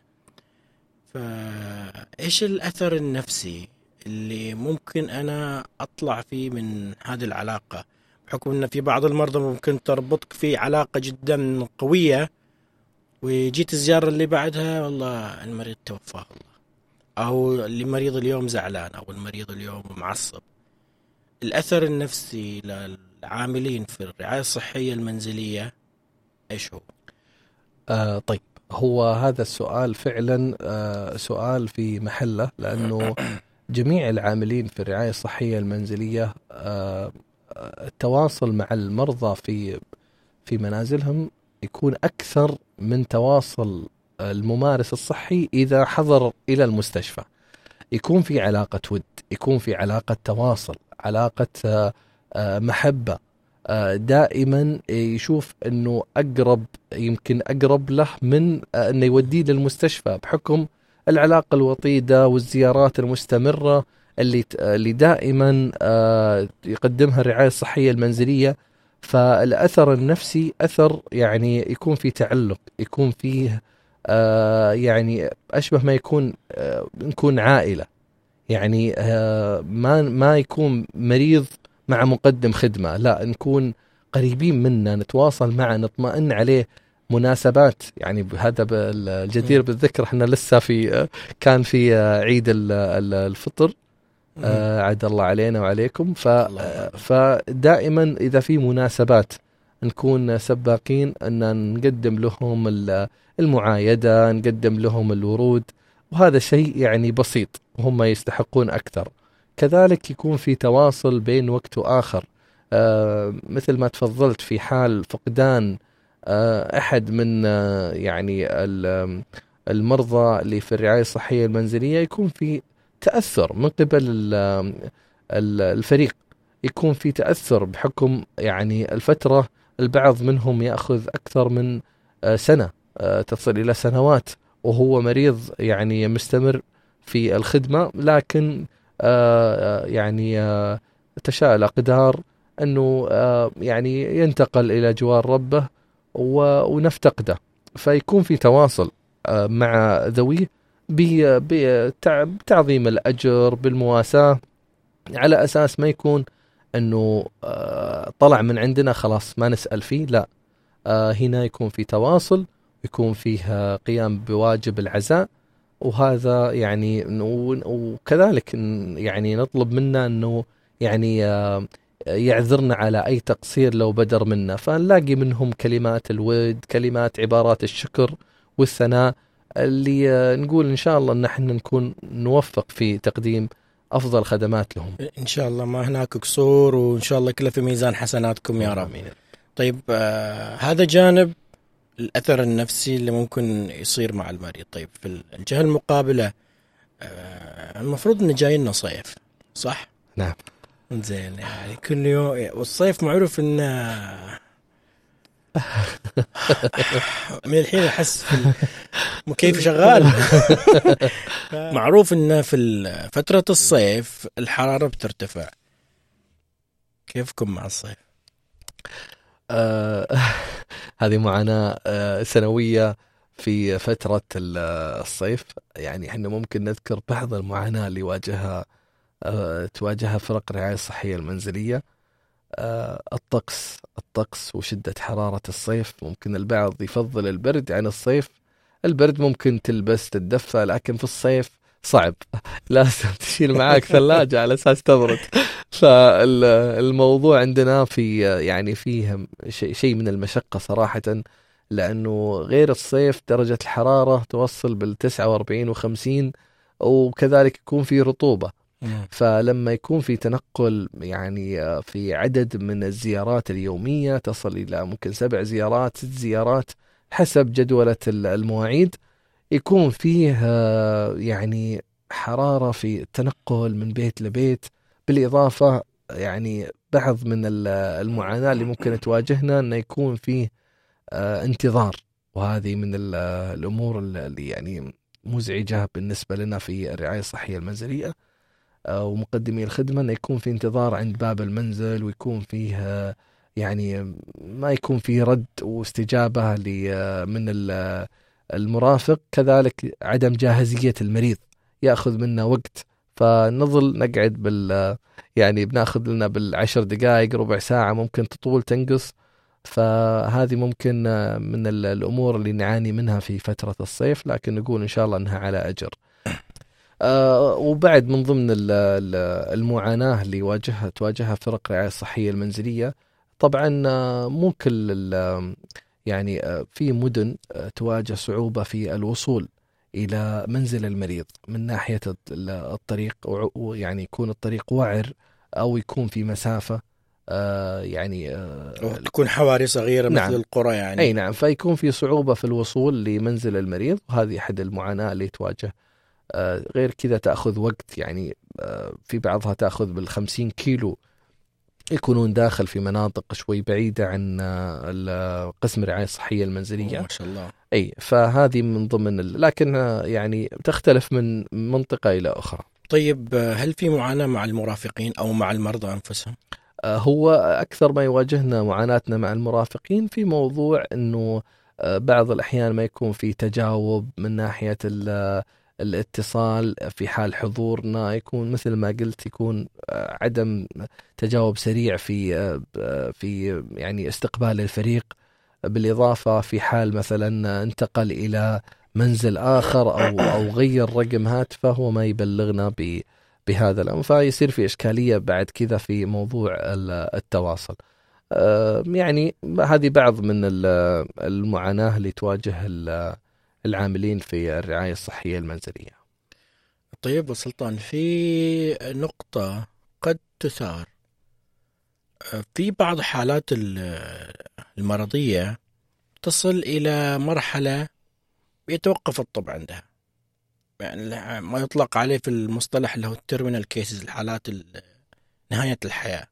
فإيش الأثر النفسي اللي ممكن أنا أطلع فيه من هذه العلاقة، بحكم أن في بعض المرضى ممكن تربطك في علاقة جدا قوية، وجيت الزيارة اللي بعدها والله المريض توفاه الله، أو المريض اليوم زعلان، أو المريض اليوم معصب. الأثر النفسي للعاملين في الرعاية الصحية المنزلية إيش هو؟ آه طيب، هو هذا السؤال فعلا آه سؤال في محله، لأنه جميع العاملين في الرعاية الصحية المنزلية آه التواصل مع المرضى في في منازلهم يكون أكثر من تواصل الممارس الصحي إذا حضر إلى المستشفى. يكون في علاقة ود، يكون في علاقة تواصل، علاقة آه آه محبة، دائما يشوف أنه أقرب، يمكن أقرب له من أنه يوديه للمستشفى، بحكم العلاقة الوطيدة والزيارات المستمرة اللي اللي دائما يقدمها الرعاية الصحية المنزلية. فالأثر النفسي أثر يعني يكون في تعلق، يكون فيه آه يعني أشبه ما يكون آه نكون عائلة، يعني آه ما ما يكون مريض مع مقدم خدمة، لا نكون قريبين منا، نتواصل معه، نطمئن عليه. مناسبات يعني هذا الجدير بالذكر، احنا لسه في كان في عيد الفطر آه عاد الله علينا وعليكم. ف فدائما إذا في مناسبات نكون سباقين أن نقدم لهم المعايدة، نقدم لهم الورود، وهذا شيء يعني بسيط وهم يستحقون أكثر. كذلك يكون في تواصل بين وقت وآخر، آه مثل ما تفضلت في حال فقدان آه أحد من آه يعني المرضى اللي في الرعاية الصحية المنزلية، يكون في تأثر من قبل الفريق، يكون في تأثر بحكم يعني الفترة. البعض منهم يأخذ أكثر من سنة، تصل إلى سنوات وهو مريض يعني مستمر في الخدمة، لكن يعني تشاء الأقدار أنه يعني ينتقل إلى جوار ربه ونفتقده. فيكون في تواصل مع ذويه بتعظيم الأجر، بالمواساة، على أساس ما يكون أنه طلع من عندنا خلاص ما نسأل فيه، لا، هنا يكون في تواصل، يكون فيه قيام بواجب العزاء. وهذا يعني وكذلك يعني نطلب منا أنه يعني يعذرنا على أي تقصير لو بدر منا، فنلاقي منهم كلمات الود، كلمات عبارات الشكر والثناء، اللي نقول إن شاء الله أن احنا نكون نوفق في تقديم أفضل خدمات لهم إن شاء الله. ما هناك قصور، وإن شاء الله كله في ميزان حسناتكم يا رب. طيب آه هذا جانب الأثر النفسي اللي ممكن يصير مع المريض. طيب في الجهة المقابلة آه المفروض إن جاي لنا صيف، صح؟ نعم. زين، يعني كل يوم، والصيف معروف إنه من الحين أحس في المكيف شغال. معروف إنه في فترة الصيف الحرارة بترتفع. كيفكم مع الصيف؟ آه هذه معاناة آه سنوية في فترة الصيف. يعني احنا ممكن نذكر بعض المعاناة اللي واجهها آه تواجهها فرق الرعاية الصحية المنزلية. آه الطقس الطقس وشدة حرارة الصيف. ممكن البعض يفضل البرد عن الصيف. البرد ممكن تلبس تتدفى، لكن في الصيف صعب، لازم تشيل معاك ثلاجة على أساس تبرد. فالموضوع عندنا في يعني فيه شيء شيء من المشقة صراحة، لأنه غير الصيف درجة الحرارة توصل بالتسعة وأربعين وخمسين، وكذلك يكون في رطوبة. فلما يكون في تنقل يعني في عدد من الزيارات اليومية تصل إلى ممكن سبع زيارات ست زيارات حسب جدولة المواعيد، يكون فيه يعني حرارة في التنقل من بيت لبيت. بالإضافة يعني بعض من المعاناة اللي ممكن تواجهنا أنه يكون فيه انتظار، وهذه من الأمور اللي يعني مزعجة بالنسبة لنا في الرعاية الصحية المنزلية ومقدمي الخدمة، أن يكون في انتظار عند باب المنزل، ويكون فيه يعني ما يكون فيه رد واستجابة من المرافق. كذلك عدم جاهزية المريض يأخذ منا وقت، فنظل نقعد بال يعني بناخذ لنا بالعشر دقائق ربع ساعة، ممكن تطول تنقص. فهذه ممكن من الأمور اللي نعاني منها في فترة الصيف، لكن نقول إن شاء الله أنها على أجر. آه وبعد من ضمن المعاناة اللي واجهها تواجهها فرق الرعاية الصحية المنزلية، طبعا مو كل يعني في مدن تواجه صعوبة في الوصول إلى منزل المريض من ناحية الطريق، ويعني يكون الطريق وعر أو يكون في مسافة آه يعني آه تكون حواري صغيرة مثل نعم. القرى يعني. أي نعم، فيكون في صعوبة في الوصول لمنزل المريض، وهذه أحد المعاناة اللي تواجه. آه غير كذا تأخذ وقت، يعني آه في بعضها تأخذ بالخمسين كيلو، يكونون داخل في مناطق شوي بعيدة عن آه قسم الرعاية الصحية المنزلية. ما شاء الله. أي فهذه من ضمن ال... لكن آه يعني تختلف من منطقة إلى أخرى. طيب هل في معاناة مع المرافقين أو مع المرضى أنفسهم؟ هو أكثر ما يواجهنا معاناتنا مع المرافقين في موضوع أنه بعض الأحيان ما يكون في تجاوب من ناحية الاتصال في حال حضورنا، يكون مثل ما قلت يكون عدم تجاوب سريع في في يعني استقبال الفريق، بالإضافة في حال مثلا انتقل إلى منزل آخر أو أو غير رقم هاتفه هو ما يبلغنا ب بهذا الأمر، فيصير في إشكالية بعد كذا في موضوع التواصل. يعني هذه بعض من المعاناة اللي تواجه العاملين في الرعاية الصحية المنزلية. طيب وسلطان، في نقطة قد تثار في بعض حالات المرضية تصل إلى مرحلة يتوقف الطب عندها، يعني ما يطلق عليه في المصطلح اللي هو التيرمينال كيسز، الحالات نهاية الحياة،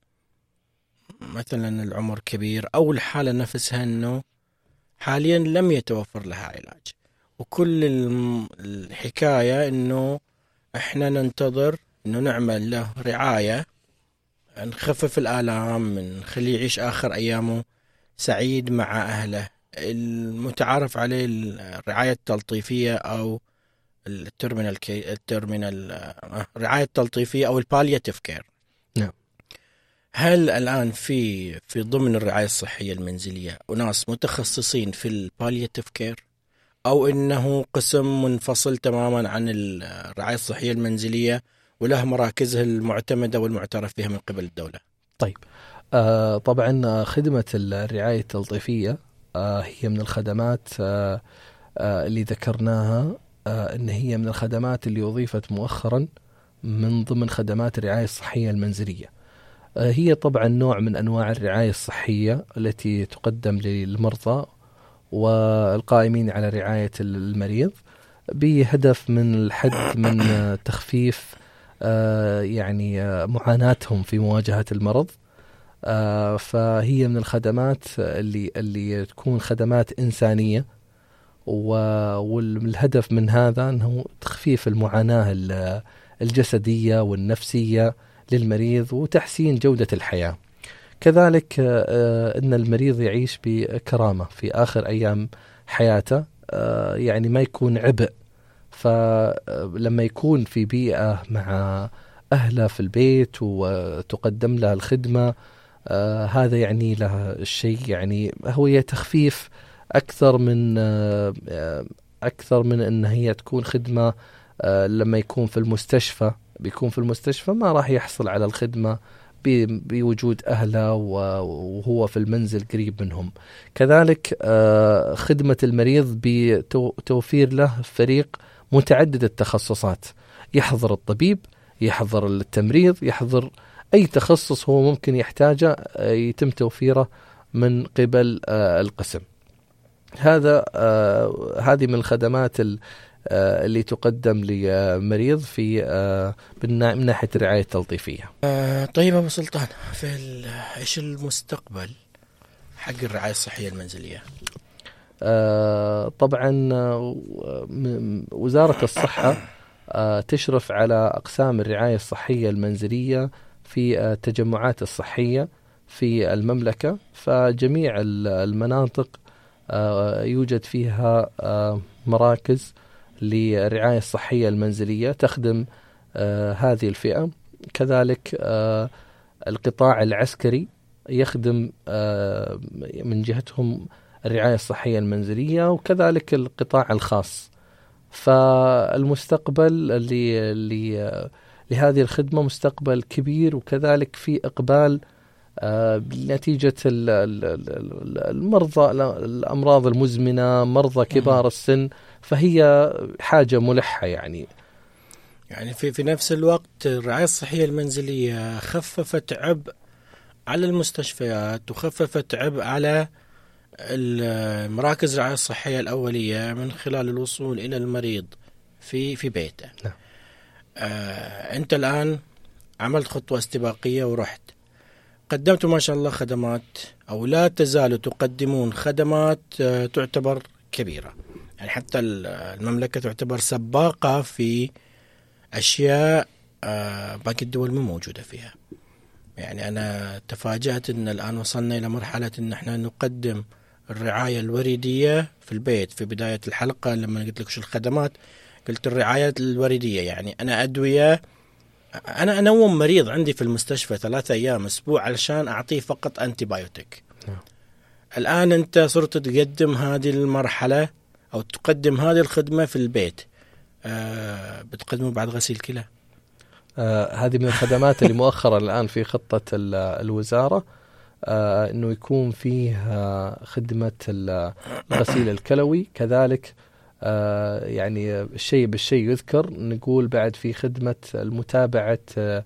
مثلا العمر كبير أو الحالة نفسها أنه حاليا لم يتوفر لها علاج، وكل الحكاية أنه إحنا ننتظر أنه نعمل له رعاية، نخفف الآلام، نخليه يعيش آخر أيامه سعيد مع أهله. المتعارف عليه الرعاية التلطيفية أو التيرمينال كي التيرمينال الرعاية التلطيفية أو البالياتيف كير. نعم. هل الآن في في ضمن الرعاية الصحية المنزلية وناس متخصصين في البالياتيف كير، أو إنه قسم منفصل تماما عن الرعاية الصحية المنزلية وله مراكزه المعتمدة والمعترف بها من قبل الدولة؟ طيب آه طبعا خدمة الرعاية التلطيفية آه هي من الخدمات آه آه اللي ذكرناها آه إن هي من الخدمات اللي أضيفت مؤخرا من ضمن خدمات الرعاية الصحية المنزلية. آه هي طبعا نوع من أنواع الرعاية الصحية التي تقدم للمرضى والقائمين على رعاية المريض بهدف من الحد من تخفيف آه يعني آه معاناتهم في مواجهة المرض. آه فهي من الخدمات اللي اللي تكون خدمات إنسانية، والهدف من هذا أنه تخفيف المعاناة الجسدية والنفسية للمريض وتحسين جودة الحياة. كذلك آه أن المريض يعيش بكرامة في آخر أيام حياته، آه يعني ما يكون عبء، فلما يكون في بيئة مع أهله في البيت وتقدم له الخدمة آه هذا يعني له الشيء، يعني هو تخفيف أكثر من آه أكثر من أن هي تكون خدمة. آه لما يكون في المستشفى بيكون في المستشفى ما راح يحصل على الخدمة بوجود أهله وهو في المنزل قريب منهم. كذلك آه خدمة المريض بتوفير له فريق متعدد التخصصات، يحضر الطبيب، يحضر التمريض، يحضر أي تخصص هو ممكن يحتاجه يتم توفيره من قبل آه القسم. هذا آه هذه من الخدمات آه اللي تقدم لمريض في آه من ناحية الرعاية التلطيفية. آه طيب أبو سلطان، في إيش المستقبل حق الرعاية الصحية المنزلية؟ آه طبعا آه وزارة الصحة آه تشرف على أقسام الرعاية الصحية المنزلية في التجمعات الصحية في المملكة، فجميع المناطق آه يوجد فيها آه مراكز للرعاية الصحية المنزلية تخدم آه هذه الفئة. كذلك آه القطاع العسكري يخدم آه من جهتهم الرعاية الصحية المنزلية، وكذلك القطاع الخاص. فالمستقبل اللي اللي لهذه الخدمة مستقبل كبير، وكذلك في إقبال آه بنتيجة المرضى الأمراض المزمنة، مرضى كبار السن، فهي حاجة ملحة. يعني يعني في في نفس الوقت الرعاية الصحية المنزلية خففت عبء على المستشفيات وخففت عبء على المراكز الرعاية الصحية الأولية من خلال الوصول إلى المريض في في بيته. نعم. آه أنت الآن عملت خطوة استباقية ورحت قدمتوا ما شاء الله خدمات، أو لا تزالوا تقدمون خدمات آه تعتبر كبيرة، يعني حتى المملكة تعتبر سباقة في أشياء آه باقي الدول مو موجودة فيها. يعني أنا تفاجأت أن الآن وصلنا إلى مرحلة أن احنا نقدم الرعاية الوريدية في البيت. في بداية الحلقة لما قلت لك شو الخدمات، قلت الرعاية الوريدية يعني أنا أدوية، أنا أنوم مريض عندي في المستشفى ثلاثة أيام أسبوع علشان أعطيه فقط أنتيبيوتيك. نعم. الآن أنت صرت تقدم هذه المرحلة أو تقدم هذه الخدمة في البيت، آه بتقدمه بعد غسيل كلى. آه هذه من الخدمات اللي مؤخرا الآن في خطة الوزارة، آه أنه يكون فيه آه خدمة الغسيل الكلوي كذلك. آه يعني الشيء بالشيء يذكر، نقول بعد في خدمة المتابعة آه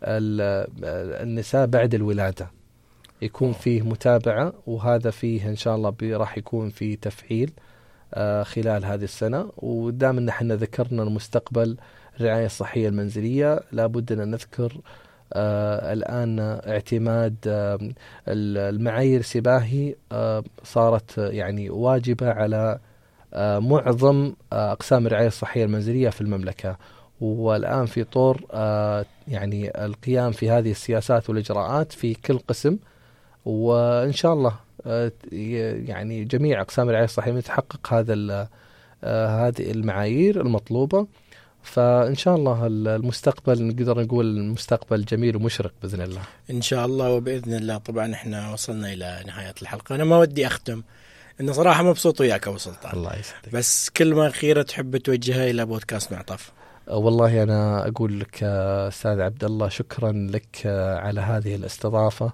النساء بعد الولادة، يكون فيه متابعة، وهذا فيه إن شاء الله راح يكون فيه تفعيل آه خلال هذه السنة. ودام أن احنا ذكرنا المستقبل الرعاية الصحية المنزلية، لابد أن نذكر آه الآن اعتماد آه المعايير سباهي آه صارت يعني واجبة على آه معظم آه أقسام الرعاية الصحية المنزلية في المملكة، والآن في طور آه يعني القيام في هذه السياسات والإجراءات في كل قسم، وإن شاء الله آه يعني جميع أقسام الرعاية الصحية تحقق هذا آه هذه المعايير المطلوبة. فإن شاء الله المستقبل نقدر نقول المستقبل جميل ومشرق بإذن الله. إن شاء الله وبإذن الله. طبعا إحنا وصلنا إلى نهاية الحلقة، أنا ما ودي أختم، إنه صراحة مبسوط وياك أبو سلطان. الله يسعدك. بس كلمة أخيرة تحب توجهها إلى بودكاست معطف؟ والله أنا أقول لك أستاذ عبد الله، شكرا لك على هذه الاستضافة،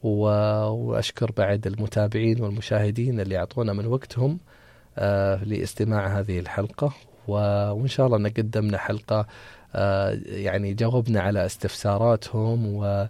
وأشكر بعد المتابعين والمشاهدين اللي أعطونا من وقتهم لاستماع هذه الحلقة، وإن شاء الله نقدمنا حلقة يعني جاوبنا على استفساراتهم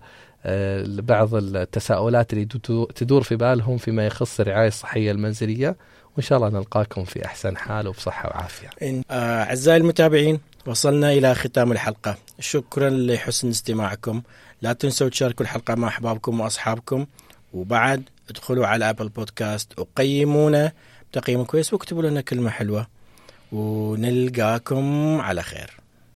وبعض التساؤلات اللي تدور في بالهم فيما يخص الرعاية الصحية المنزلية، وإن شاء الله نلقاكم في أحسن حال وبصحة وعافية. أعزائي المتابعين، وصلنا إلى ختام الحلقة، شكرا لحسن استماعكم. لا تنسوا تشاركوا الحلقة مع أحبابكم وأصحابكم، وبعد ادخلوا على أبل بودكاست وقيمونا تقييم كويس واكتبوا لنا كلمة حلوة، ونلقاكم على خير.